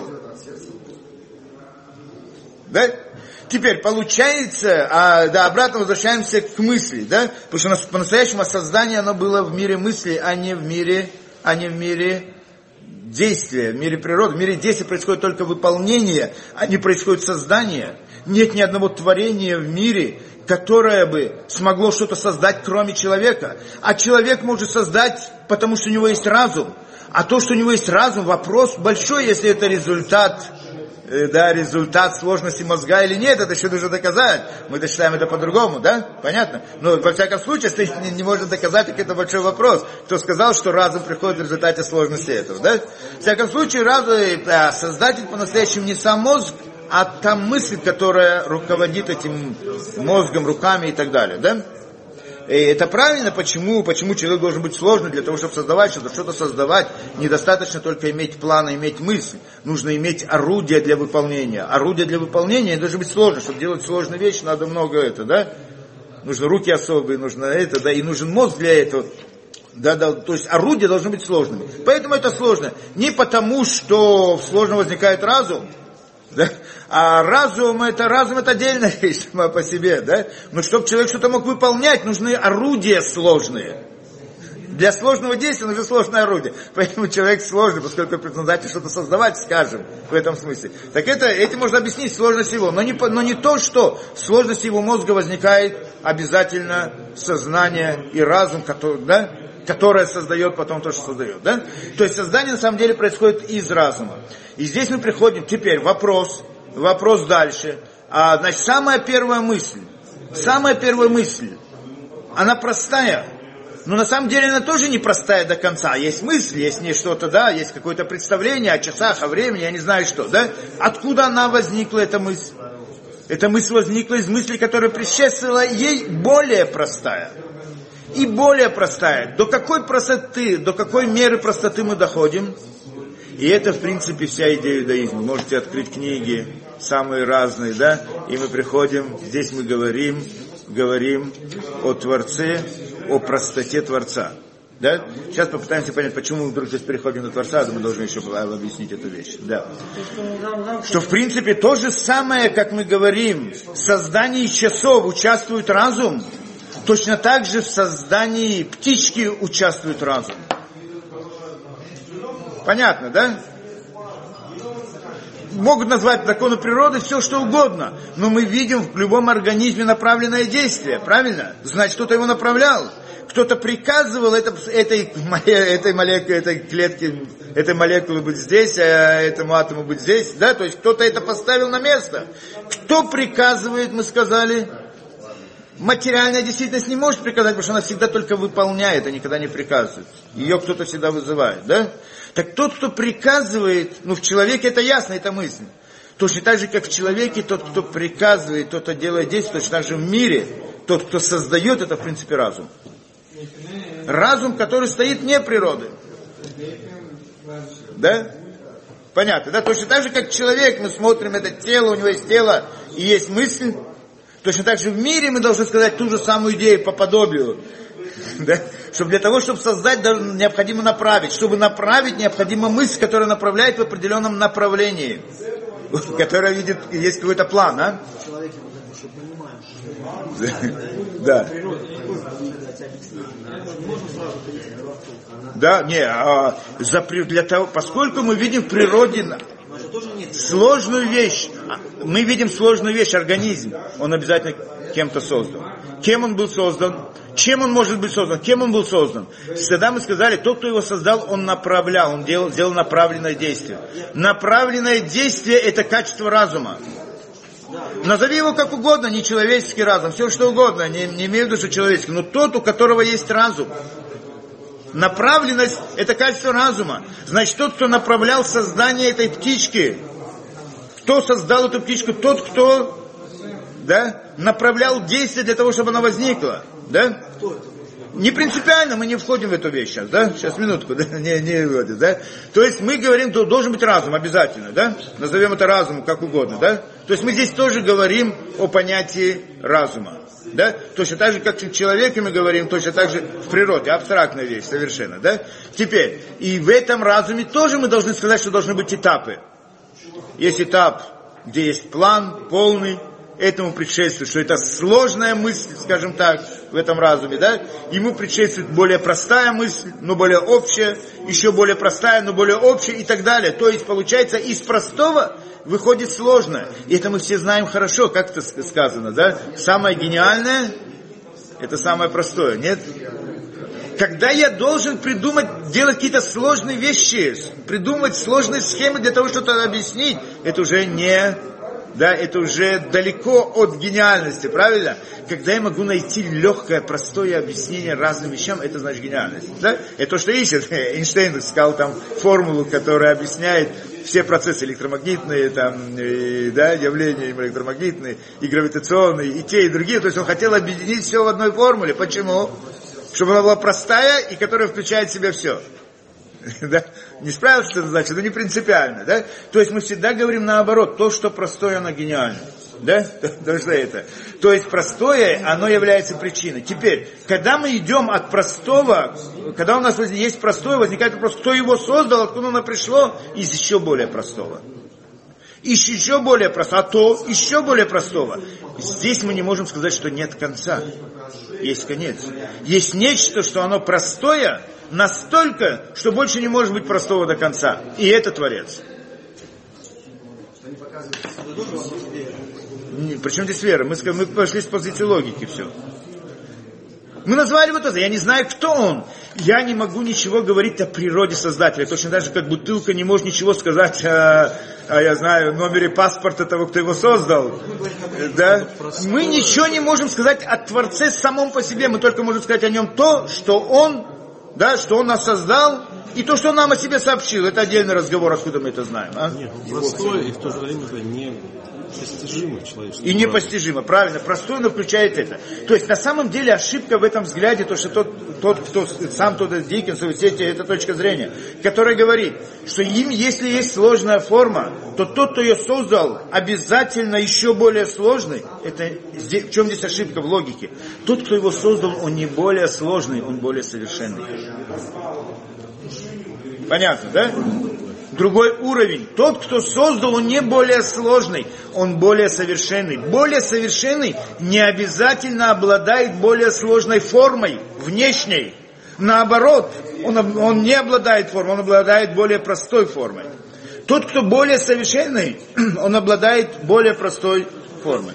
Да? Теперь получается, обратно возвращаемся к мысли, да? Потому что по-настоящему создание, оно было в мире мысли, а не в мире действия, в мире природы. В мире действия происходит только выполнение, а не происходит создание. Нет ни одного творения в мире, которое бы смогло что-то создать, кроме человека. А человек может создать, потому что у него есть разум. А то, что у него есть разум, вопрос большой, если это результат сложности мозга или нет, это еще нужно доказать. Мы считаем это по-другому, да? Понятно? Но во всяком случае, если не можно доказать, так это большой вопрос. Кто сказал, что разум приходит в результате сложности этого, да? В всяком случае, создатель по-настоящему не сам мозг, а та мысль, которая руководит этим мозгом, руками и так далее, да? И это правильно, почему человек должен быть сложным, для того, чтобы создавать что-то создавать, недостаточно только иметь план, иметь мысль, нужно иметь орудие для выполнения. Орудие для выполнения должно быть сложно, чтобы делать сложную вещь, надо много да? Нужны руки особые, нужно да, и нужен мозг для этого. Да, то есть орудия должны быть сложными. Поэтому это сложно. Не потому, что сложно возникает разум, да? А разум это отдельная вещь сама по себе, да? Но чтобы человек что-то мог выполнять, нужны орудия сложные. Для сложного действия нужно сложное орудие. Поэтому человек сложный, поскольку предназначен что-то создавать, скажем, в этом смысле. Так этим можно объяснить сложность его. Но не то, что в сложности его мозга возникает обязательно сознание и разум, которое создает потом то, что создает. Да? То есть создание на самом деле происходит из разума. И здесь мы приходим, теперь вопрос дальше. Значит, самая первая мысль, она простая, но на самом деле она тоже не простая до конца. Есть мысль, есть не что-то, да, есть какое-то представление о часах, о времени, я не знаю что, да. Откуда она возникла, эта мысль? Эта мысль возникла из мысли, которая предшествовала ей более простая. И более простая. До какой простоты, до какой меры простоты мы доходим? И это, в принципе, вся идея иудаизма. Можете открыть книги самые разные, да, и мы приходим, здесь мы говорим о Творце, о простоте Творца. Да? Сейчас попытаемся понять, почему мы вдруг здесь переходим на Творца, мы должны еще объяснить эту вещь. Да. Что, в принципе, то же самое, как мы говорим, в создании часов участвует разум, точно так же в создании птички участвует разум. Понятно, да? Могут назвать законы природы все, что угодно, но мы видим в любом организме направленное действие, правильно? Значит, кто-то его направлял. Кто-то приказывал этой молекуле, этой клетке, этой молекуле быть здесь, а этому атому быть здесь, да? То есть кто-то это поставил на место. Кто приказывает, мы сказали? Материальная действительность не может приказать, потому что она всегда только выполняет, а никогда не приказывает. Ее кто-то всегда вызывает, да? Так тот, кто приказывает, в человеке это ясно, это мысль. Точно так же, как в человеке, тот, кто приказывает, тот, кто делает действие, точно так же в мире, тот, кто создает, это в принципе разум. Разум, который стоит вне природы. Да? Понятно, да? Точно так же, как человек, мы смотрим это тело, у него есть тело и есть мысль. Точно так же в мире мы должны сказать ту же самую идею по подобию. Да? Чтобы для того, чтобы создать, необходимо направить. Чтобы направить, необходима мысль, которая направляет в определенном направлении. Которая видит, есть какой-то план, а? Да. Да, для того, поскольку мы видим в природе сложную вещь, мы видим сложную вещь, организм, он обязательно кем-то создан. Кем он был создан? Чем он может быть создан? Кем он был создан? Всегда мы сказали, тот, кто его создал, он направлял, он делал направленное действие. Направленное действие – это качество разума. Назови его как угодно, не человеческий разум, все что угодно, не имею в виду, что человеческий, но тот, у которого есть разум. Направленность – это качество разума. Значит, тот, кто направлял создание этой птички, кто создал эту птичку, тот, кто направлял действие для того, чтобы она возникла. Да? Не принципиально, мы не входим в эту вещь сейчас, да? Сейчас, минутку, да? Не входим, да? То есть мы говорим, что должен быть разум обязательно, да? Назовем это разумом, как угодно, да? То есть мы здесь тоже говорим о понятии разума, да? Точно так же, как в человеке мы говорим, точно так же в природе, абстрактная вещь совершенно, да? Теперь, и в этом разуме тоже мы должны сказать, что должны быть этапы. Есть этап, где есть план полный, этому предшествует, что это сложная мысль, скажем так, в этом разуме, да? Ему предшествует более простая мысль, но более общая, еще более простая, но более общая и так далее. То есть, получается, из простого выходит сложное. И это мы все знаем хорошо, как это сказано, да? Самое гениальное – это самое простое, нет? Когда я должен делать какие-то сложные вещи, придумать сложные схемы для того, чтобы что-то объяснить, это уже это уже далеко от гениальности, правильно? Когда я могу найти легкое, простое объяснение разным вещам, это значит гениальность. Да? Это то, что ищет. Эйнштейн сказал там формулу, которая объясняет все процессы электромагнитные, явления электромагнитные, и гравитационные, и те, и другие. То есть он хотел объединить все в одной формуле. Почему? Чтобы она была простая и которая включает в себя все. Да? Не справился, что это значит, но не принципиально, да? То есть мы всегда говорим наоборот, то, что простое, оно гениально, да? То есть простое, оно является причиной. Теперь, когда мы идем от простого, когда у нас есть простое, возникает вопрос, кто его создал, откуда оно пришло, из еще более простого. Еще более простого, а то еще более простого. Здесь мы не можем сказать, что нет конца. Есть конец. Есть нечто, что оно простое, настолько, что больше не может быть простого до конца. И это Творец. Причем здесь вера? Мы пошли с позиции логики, все. Мы назвали его тоже. Я не знаю, кто он. Я не могу ничего говорить о природе Создателя. Точно так же, как бутылка не может ничего сказать я знаю, номере паспорта того, кто его создал. Да? Мы ничего не можем сказать о Творце самом по себе. Мы только можем сказать о нем то, что он нас создал, и то, что он нам о себе сообщил. Это отдельный разговор, откуда мы это знаем. Нет, простой и в то же время не Непостижимо человечество. И непостижимо, правильно, простой, но включает это. То есть, на самом деле, ошибка в этом взгляде, то, что тот кто сам Диккенс, это точка зрения, которая говорит, что им, если есть сложная форма, то тот, кто ее создал, обязательно еще более сложный. В чем здесь ошибка в логике? Тот, кто его создал, он не более сложный, он более совершенный. Понятно, да? Другой уровень. Тот, кто создал, он не более сложный, он более совершенный. Более совершенный не обязательно обладает более сложной формой, внешней. Наоборот, он не обладает формой, он обладает более простой формой. Тот, кто более совершенный, он обладает более простой формой.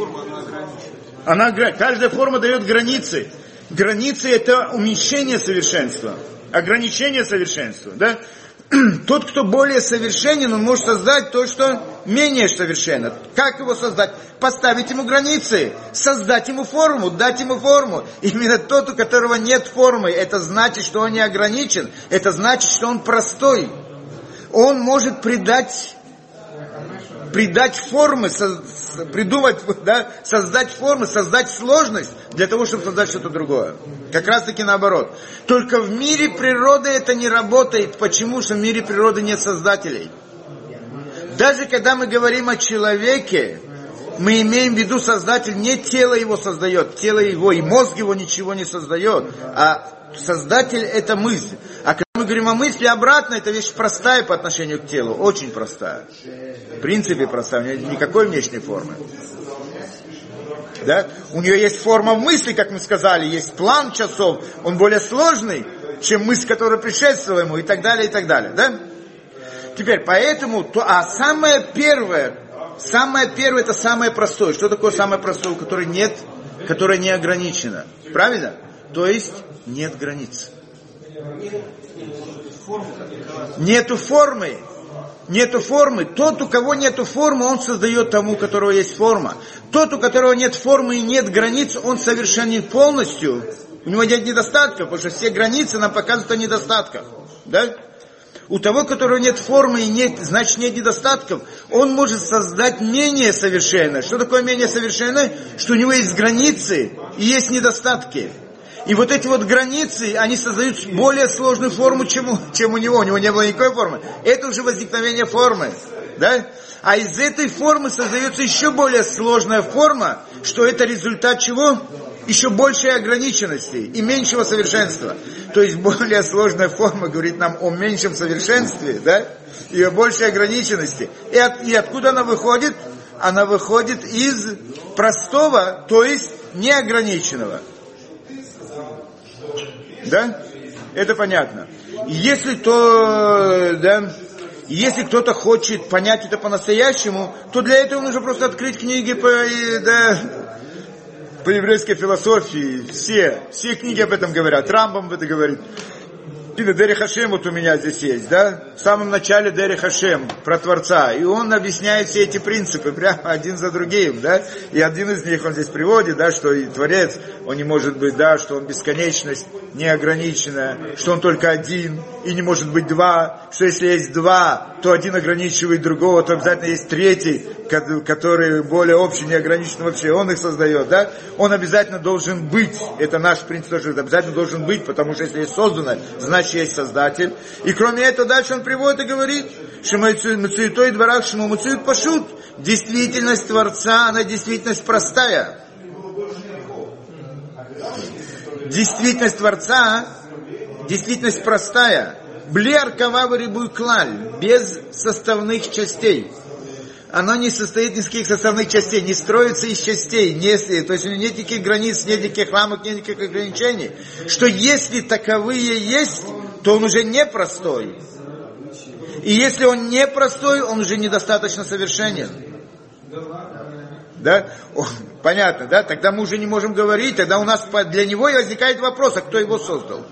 Каждая форма дает границы. Границы – это уменьшение совершенства, ограничение совершенства, да? Тот, кто более совершенен, он может создать то, что менее совершенно. Как его создать? Поставить ему границы, создать ему форму, дать ему форму. Именно тот, у которого нет формы, это значит, что он не ограничен, это значит, что он простой. Он может придать формы, придумать, да, создать формы, создать сложность для того, чтобы создать что-то другое. Как раз таки наоборот. Только в мире природы это не работает. Почему? Что в мире природы нет создателей. Даже когда мы говорим о человеке, мы имеем в виду создатель, не тело его создает, тело его и мозг его ничего не создает, а создатель это мысль. А когда мы говорим о мысли, обратно, это вещь простая по отношению к телу, очень простая. В принципе простая, у нее никакой внешней формы. Да? У нее есть форма в мысли, как мы сказали, есть план часов, он более сложный, чем мысль, которая предшествовала ему, и так далее, и так далее. Да? Теперь, поэтому, самое первое, это самое простое. Что такое самое простое, которое не ограничено? Правильно? То есть, нет границ. Нету формы. Нету формы. Тот, у кого нету формы, он создает тому, у которого есть форма. Тот, у которого нет формы и нет границ, он совершенен полностью. У него нет недостатков, потому что все границы нам показывают о недостатках. Да? У того, у которого нет формы и нет, значит нет недостатков, он может создать менее совершенное. Что такое менее совершенное? Что у него есть границы и есть недостатки. И вот эти вот границы, они создают более сложную форму, чем у него. У него не было никакой формы. Это уже возникновение формы. Да? А из этой формы создается еще более сложная форма, что это результат чего? Еще большей ограниченности и меньшего совершенства. То есть более сложная форма говорит нам о меньшем совершенстве, да? И о большей ограниченности. И откуда она выходит? Она выходит из простого, то есть неограниченного. Да? Это понятно. Если кто-то хочет понять это по-настоящему, то для этого нужно просто открыть книги по еврейской философии. Все книги об этом говорят. Рамбам об этом говорит. Дери Хашем вот у меня здесь есть, да? В самом начале Дери Хашем про Творца. И он объясняет все эти принципы прямо один за другим, да? И один из них он здесь приводит, да, что и Творец, он не может быть, да, что он бесконечность неограниченная, что он только один, и не может быть два, что если есть два, то один ограничивает другого, то обязательно есть третий, который более общий, неограниченный вообще, он их создает, да? Он обязательно должен быть, это наш принцип, что обязательно должен быть, потому что если есть создано, значит есть Создатель. И кроме этого дальше он приводит и говорит, что мецуитой дворах шему мецуит пашут. Действительность Творца, она действительность простая. Действительность Творца, действительность простая. Блер кавава рибуй клаль, без составных частей. Оно не состоит из никаких составных частей, не строится из частей, то есть нет никаких границ, нет никаких рамок, нет никаких ограничений. Что если таковые есть, то он уже не простой. И если он не простой, он уже недостаточно совершенен. Да? Понятно, да? Тогда мы уже не можем говорить, тогда у нас для него возникает вопрос, а кто его создал?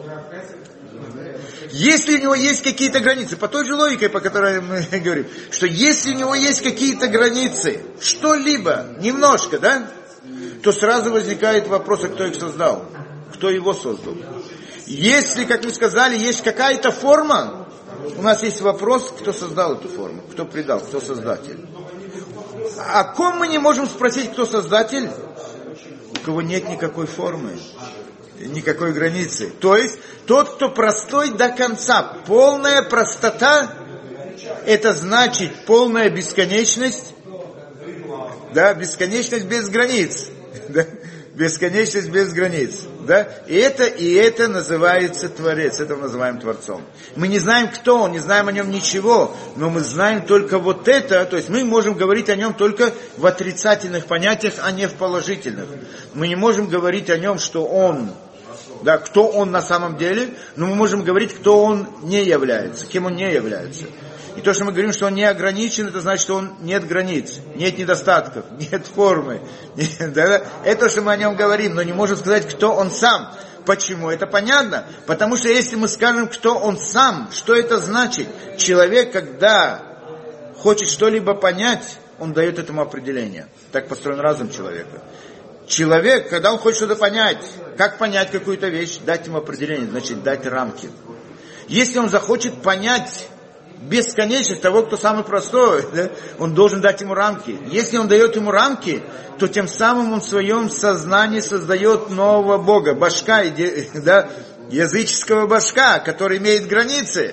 Если у него есть какие-то границы, по той же логике, по которой мы говорим, что если у него есть какие-то границы, что-либо, немножко, да, то сразу возникает вопрос, а кто их создал? Кто его создал? Если, как мы сказали, есть какая-то форма, у нас есть вопрос, кто создал эту форму, кто придал, кто создатель. О ком мы не можем спросить, кто создатель? У кого нет никакой формы, никакой границы. То есть, тот, кто простой до конца. Полная простота, это значит полная бесконечность. Да, бесконечность без границ. Да? Бесконечность без границ. Да? И это называется Творец, это мы называем Творцом. Мы не знаем, кто он, не знаем о нем ничего, но мы знаем только вот это, то есть мы можем говорить о нем только в отрицательных понятиях, а не в положительных. Мы не можем говорить о нем, что он, да, кто он на самом деле, но мы можем говорить, кто он не является, кем он не является. И то, что мы говорим, что он не ограничен, это значит, что он нет границ, нет недостатков, нет формы. Да? Это то, что мы о нем говорим, но не можем сказать, кто он сам. Почему? Это понятно. Потому что если мы скажем, кто он сам, что это значит? Человек, когда хочет что-либо понять, он дает этому определение. Так построен разум человека. Человек, когда он хочет что-то понять, как понять какую-то вещь, дать ему определение, значит дать рамки. Если он захочет понять бесконечность того, кто самый простой, да, он должен дать ему рамки. Если он дает ему рамки, то тем самым он в своем сознании создает нового Бога, башка, да, языческого башка, который имеет границы.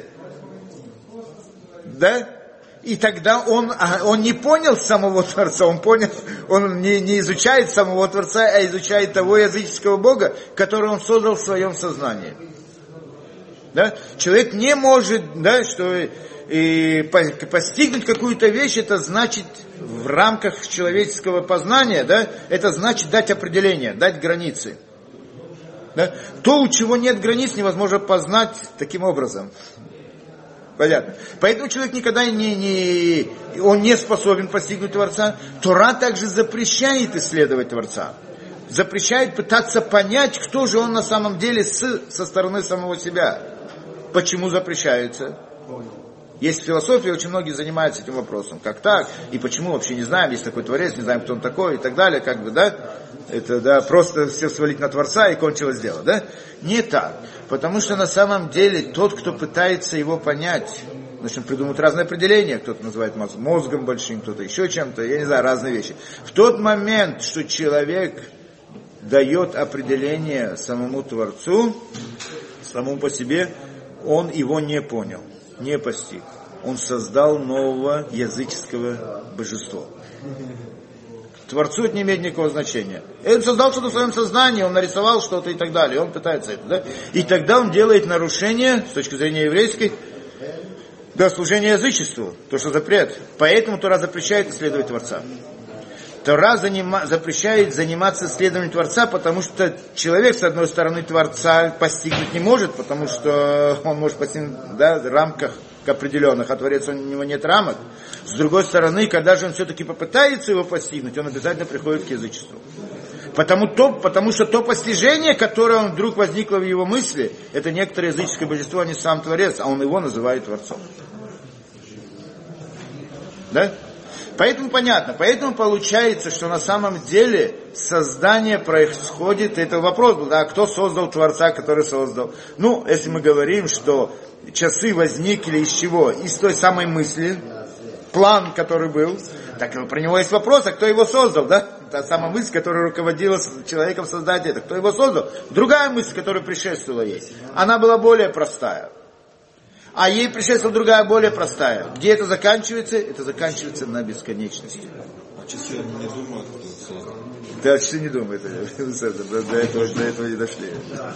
Да? И тогда он не понял самого Творца, он не изучает самого Творца, а изучает того языческого Бога, который он создал в своем сознании. Да? Человек не может, да, что и постигнуть какую-то вещь, это значит в рамках человеческого познания, да, это значит дать определение, дать границы. Да? То, у чего нет границ, невозможно познать таким образом. Понятно. Поэтому человек никогда он не способен постигнуть Творца. Тора также запрещает исследовать Творца. Запрещает пытаться понять, кто же он на самом деле со стороны самого себя. Почему запрещается? Есть в философии, очень многие занимаются этим вопросом. Как так? И почему вообще не знаем, есть такой Творец, не знаем, кто он такой и так далее. Как бы, да? Это, да, просто все свалить на Творца и кончилось дело, да? Не так. Потому что на самом деле тот, кто пытается его понять, значит, придумывают разные определения. Кто-то называет мозгом большим, кто-то еще чем-то, я не знаю, разные вещи. В тот момент, что человек дает определение самому Творцу, самому по себе, он его не понял, не постиг. Он создал нового языческого божества. Творцу это не имеет никакого значения. Он создал что-то в своем сознании, он нарисовал что-то и так далее. Он пытается это, да? И тогда он делает нарушение, с точки зрения еврейской, до служения язычеству, то, что запрет. Поэтому Тора запрещает исследовать Творца. Тора запрещает заниматься исследованием Творца, потому что человек, с одной стороны, Творца постигнуть не может, потому что он может постигнуть, да, в рамках определенных, а Творец, у него нет рамок. С другой стороны, когда же он все-таки попытается его постигнуть, он обязательно приходит к язычеству. Потому что то постижение, которое вдруг возникло в его мысли, это некоторое языческое божество, а не сам Творец, а он его называет Творцом. Да? Поэтому понятно, поэтому получается, что на самом деле создание происходит, это вопрос был, да, кто создал Творца, который создал. Ну, если мы говорим, что часы возникли из чего? Из той самой мысли, план, который был, так про него есть вопрос, а кто его создал, да? Та самая мысль, которая руководила человеком создать это, кто его создал? Другая мысль, которая предшествовала ей, она была более простая. А ей предшествовала другая, более простая. Где это заканчивается? Это заканчивается на бесконечности. А часы они не думают, кто создал? Да, часы не думают. До этого не дошли.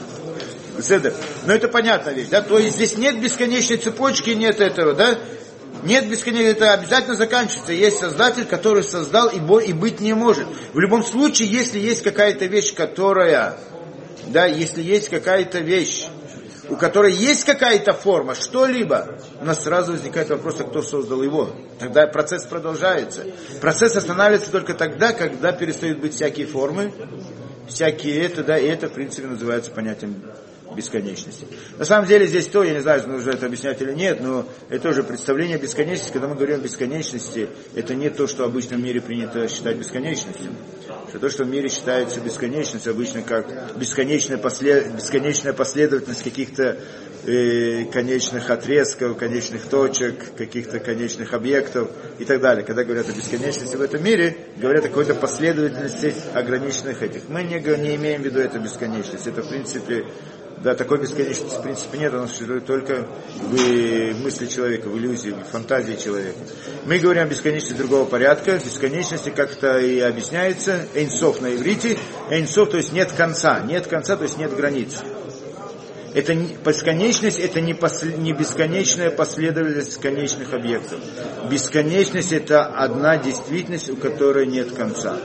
Но это понятная вещь, да? То есть здесь нет бесконечной цепочки, нет этого, да? Нет бесконечности, это обязательно заканчивается. Есть Создатель, который создал и быть не может. В любом случае, если есть какая-то вещь, которая, да, если есть какая-то вещь, у которой есть какая-то форма, что-либо, у нас сразу возникает вопрос, а кто создал его. Тогда процесс продолжается. Процесс останавливается только тогда, когда перестают быть всякие формы, всякие это, да, и это, в принципе, называется понятием бесконечности. На самом деле здесь я не знаю, нужно это объяснять или нет, но это тоже представление бесконечности. Когда мы говорим о бесконечности, это не то, что обычно в мире принято считать бесконечностью. Что то, что в мире считается бесконечностью, обычно как бесконечная последовательность каких-то конечных отрезков, конечных точек, каких-то конечных объектов и так далее. Когда говорят о бесконечности в этом мире, говорят о какой-то последовательности ограниченных этих. Мы не имеем в виду эту бесконечность. Это, в принципе, такой бесконечности в принципе нет, она существует только в мысли человека, в иллюзии, в фантазии человека. Мы говорим о бесконечности другого порядка. Бесконечности как-то и объясняется. Эйн-соф на иврите. Эйн-соф, то есть нет конца. Нет конца, то есть нет границ. Это бесконечность, это не бесконечная последовательность конечных объектов. Бесконечность — это одна действительность, у которой нет конца.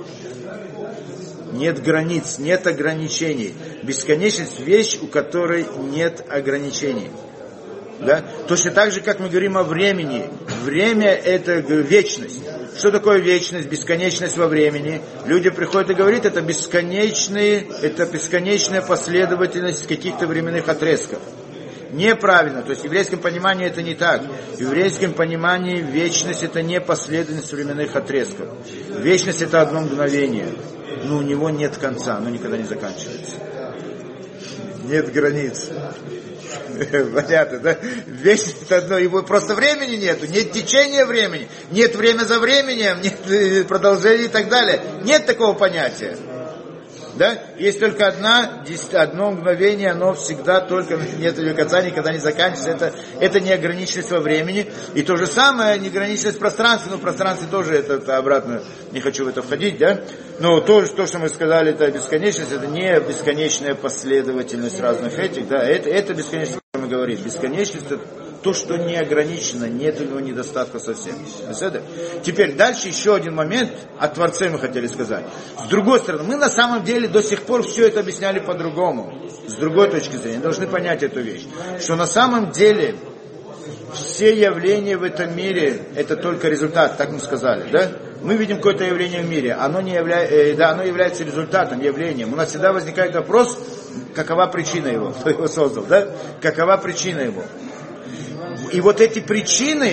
Нет границ, нет ограничений. Бесконечность — вещь, у которой нет ограничений. Да? Точно так же, как мы говорим о времени. Время — это вечность. Что такое вечность, бесконечность во времени? Люди приходят и говорят, это бесконечная последовательность каких-то временных отрезков. Неправильно, то есть в еврейском понимании это не так. В еврейском понимании вечность — это не последовательность временных отрезков. Вечность — это одно мгновение, но у него нет конца, оно никогда не заканчивается. Нет границ. Понятно, да? Вечность — это одно, его просто времени нету, нет течения времени, нет время за временем, нет продолжения и так далее. Нет такого понятия. Да? Есть только одно мгновение, оно всегда только нет ее конца, никогда не заканчивается. Это неограниченность во времени. И то же самое, неограниченность в пространстве. Но в пространстве тоже это обратно, не хочу в это входить, да? Но то, что мы сказали, это бесконечность, это не бесконечная последовательность разных этих, да? Это бесконечность, о которой мы говорим. Бесконечность — это то, что не ограничено, нет у него недостатка совсем. Теперь дальше еще один момент о Творце мы хотели сказать. С другой стороны, мы на самом деле до сих пор все это объясняли по-другому. С другой точки зрения, должны понять эту вещь. Что на самом деле все явления в этом мире это только результат, так мы сказали, да? Мы видим какое-то явление в мире, оно является результатом, явлением. У нас всегда возникает вопрос, какова причина его, кто его создал, да? Какова причина его? И вот эти причину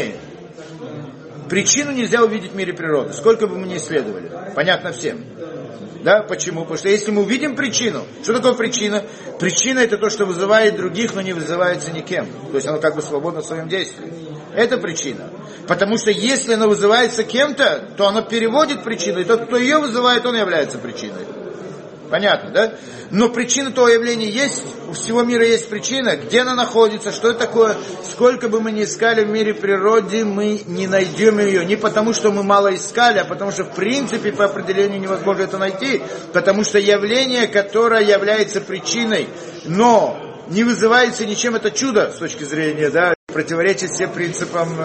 нельзя увидеть в мире природы, сколько бы мы ни исследовали. Понятно всем. Да, почему? Потому что если мы увидим причину, что такое причина? Причина — это то, что вызывает других, но не вызывается никем. То есть оно как бы свободно в своем действии. Это причина. Потому что если оно вызывается кем-то, то оно переводит причину, и тот, кто ее вызывает, он является причиной. Понятно, да? Но причина того явления есть, у всего мира есть причина, где она находится, что это такое, сколько бы мы ни искали в мире природы, мы не найдем ее, не потому что мы мало искали, а потому что в принципе по определению невозможно это найти, потому что явление, которое является причиной, но не вызывается ничем, это чудо с точки зрения, да, противоречит всем принципам,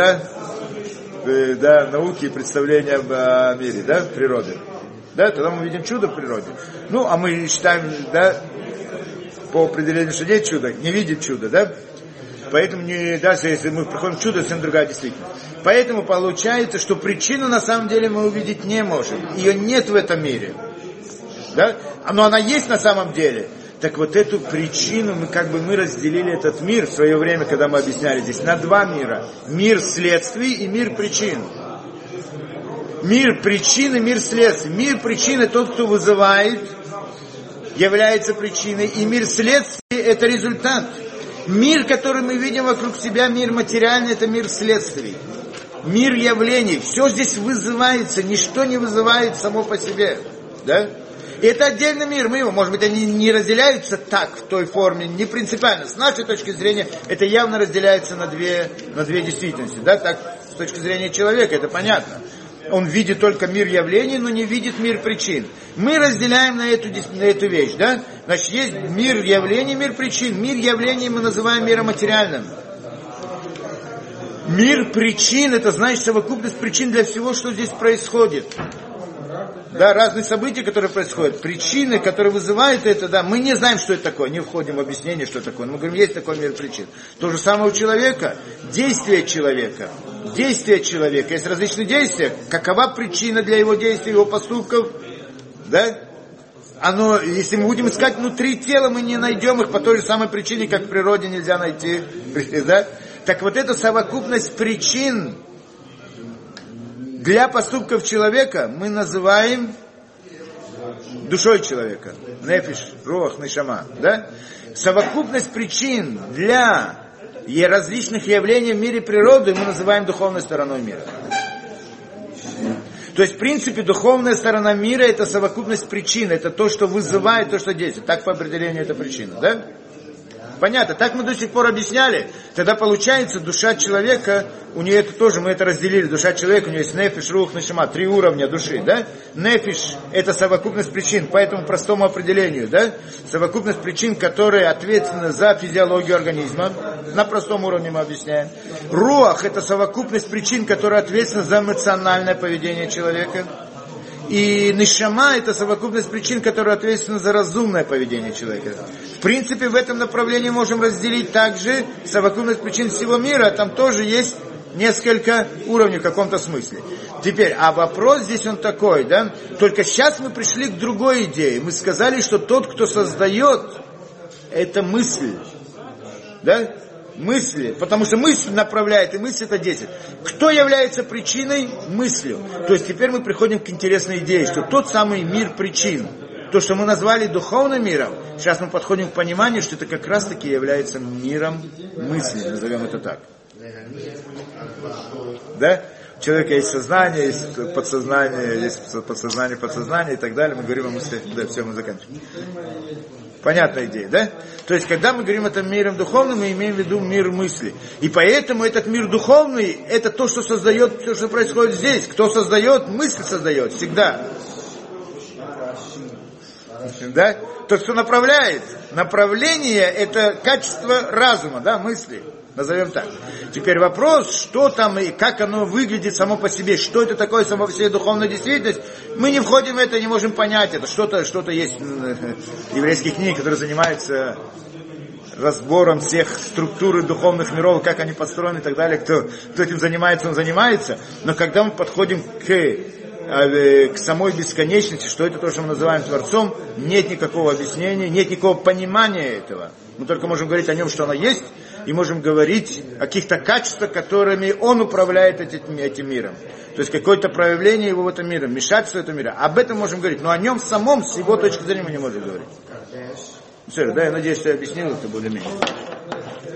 науки и представления о мире, да, природы. Да, тогда мы видим чудо в природе. Ну, а мы считаем, да, по определению, что нет чуда, не видим чуда, да. Поэтому, даже если мы приходим к чуду, это совсем другая действительность. Поэтому получается, что причину на самом деле мы увидеть не можем. Ее нет в этом мире. Да? Но она есть на самом деле. Так вот эту причину мы разделили этот мир в свое время, когда мы объясняли здесь, на два мира. Мир следствий и мир причин. Мир причины, мир следствия. Мир причины — тот, кто вызывает, является причиной. И мир следствия — это результат. Мир, который мы видим вокруг себя, мир материальный — это мир следствий. Мир явлений. Все здесь вызывается, ничто не вызывает само по себе. Да? И это отдельный мир. Может быть, они не разделяются так, в той форме, не принципиально. С нашей точки зрения, это явно разделяется на две действительности. Да? Так, с точки зрения человека, это понятно. Он видит только мир явлений, но не видит мир причин. Мы разделяем на эту вещь, да? Значит, есть мир явлений, мир причин. Мир явлений мы называем миром материальным. Мир причин — это значит совокупность причин для всего, что здесь происходит. Да, разные события, которые происходят, причины, которые вызывают это, да, мы не знаем, что это такое, не входим в объяснение, что это такое, но мы говорим, есть такой мир причин. То же самое у человека, действия человека, есть различные действия, какова причина для его действий, его поступков, да? оно, если мы будем искать внутри тела, мы не найдем их по той же самой причине, как в природе нельзя найти. Да? Так вот эту совокупность причин для поступков человека мы называем душой человека. Нефиш, руах, нешама. Да? Совокупность причин для различных явлений в мире природы мы называем духовной стороной мира. То есть, в принципе, духовная сторона мира – это совокупность причин, это то, что вызывает, то, что действует. Так по определению это причина, да? Понятно, так мы до сих пор объясняли. Тогда получается, душа человека, у нее это тоже, мы это разделили, душа человека, у нее есть нефиш, рух, нешама, 3 уровня души, да? Нефиш – это совокупность причин, по этому простому определению, да? Совокупность причин, которые ответственны за физиологию организма, на простом уровне мы объясняем. Руах – это совокупность причин, которые ответственны за эмоциональное поведение человека. И нешама – это совокупность причин, которые ответственны за разумное поведение человека. В принципе, в этом направлении можем разделить также совокупность причин всего мира. Там тоже есть несколько уровней в каком-то смысле. Теперь, а вопрос здесь он такой, да? Только сейчас мы пришли к другой идее. Мы сказали, что тот, кто создает, это мысль. Да? Мысли, потому что мысль направляет, и мысль это 10. Кто является причиной? Мыслью. То есть теперь мы приходим к интересной идее, что тот самый мир причин, то, что мы назвали духовным миром, сейчас мы подходим к пониманию, что это как раз таки является миром мысли, назовем это так. Да? У человека есть сознание, есть подсознание и так далее. Мы говорим о мысли, да, все, мы заканчиваем. Понятная идея, да? То есть, когда мы говорим о этом миром духовным, мы имеем в виду мир мысли. И поэтому этот мир духовный, это то, что создает, все, что происходит здесь. Кто создает, мысль создает, всегда. Да? Тот, кто направляет. Направление, это качество разума, да, мысли. Назовем так. Теперь вопрос, что там и как оно выглядит само по себе, что это такое само по себе духовная действительность, мы не входим в это, не можем понять это. Что-то есть в еврейских книгах, которые занимаются разбором всех структур духовных миров, как они построены и так далее. Кто этим занимается, он занимается. Но когда мы подходим к самой бесконечности, что это то, что мы называем Творцом, нет никакого объяснения, нет никакого понимания этого. Мы только можем говорить о нем, что оно есть, и можем говорить о каких-то качествах, которыми он управляет этим миром. То есть какое-то проявление его в этом мире, вмешательство в этом мире. Об этом можем говорить, но о нем самом, с его точки зрения, мы не можем говорить. Все, да, я надеюсь, что я объяснил это более-менее.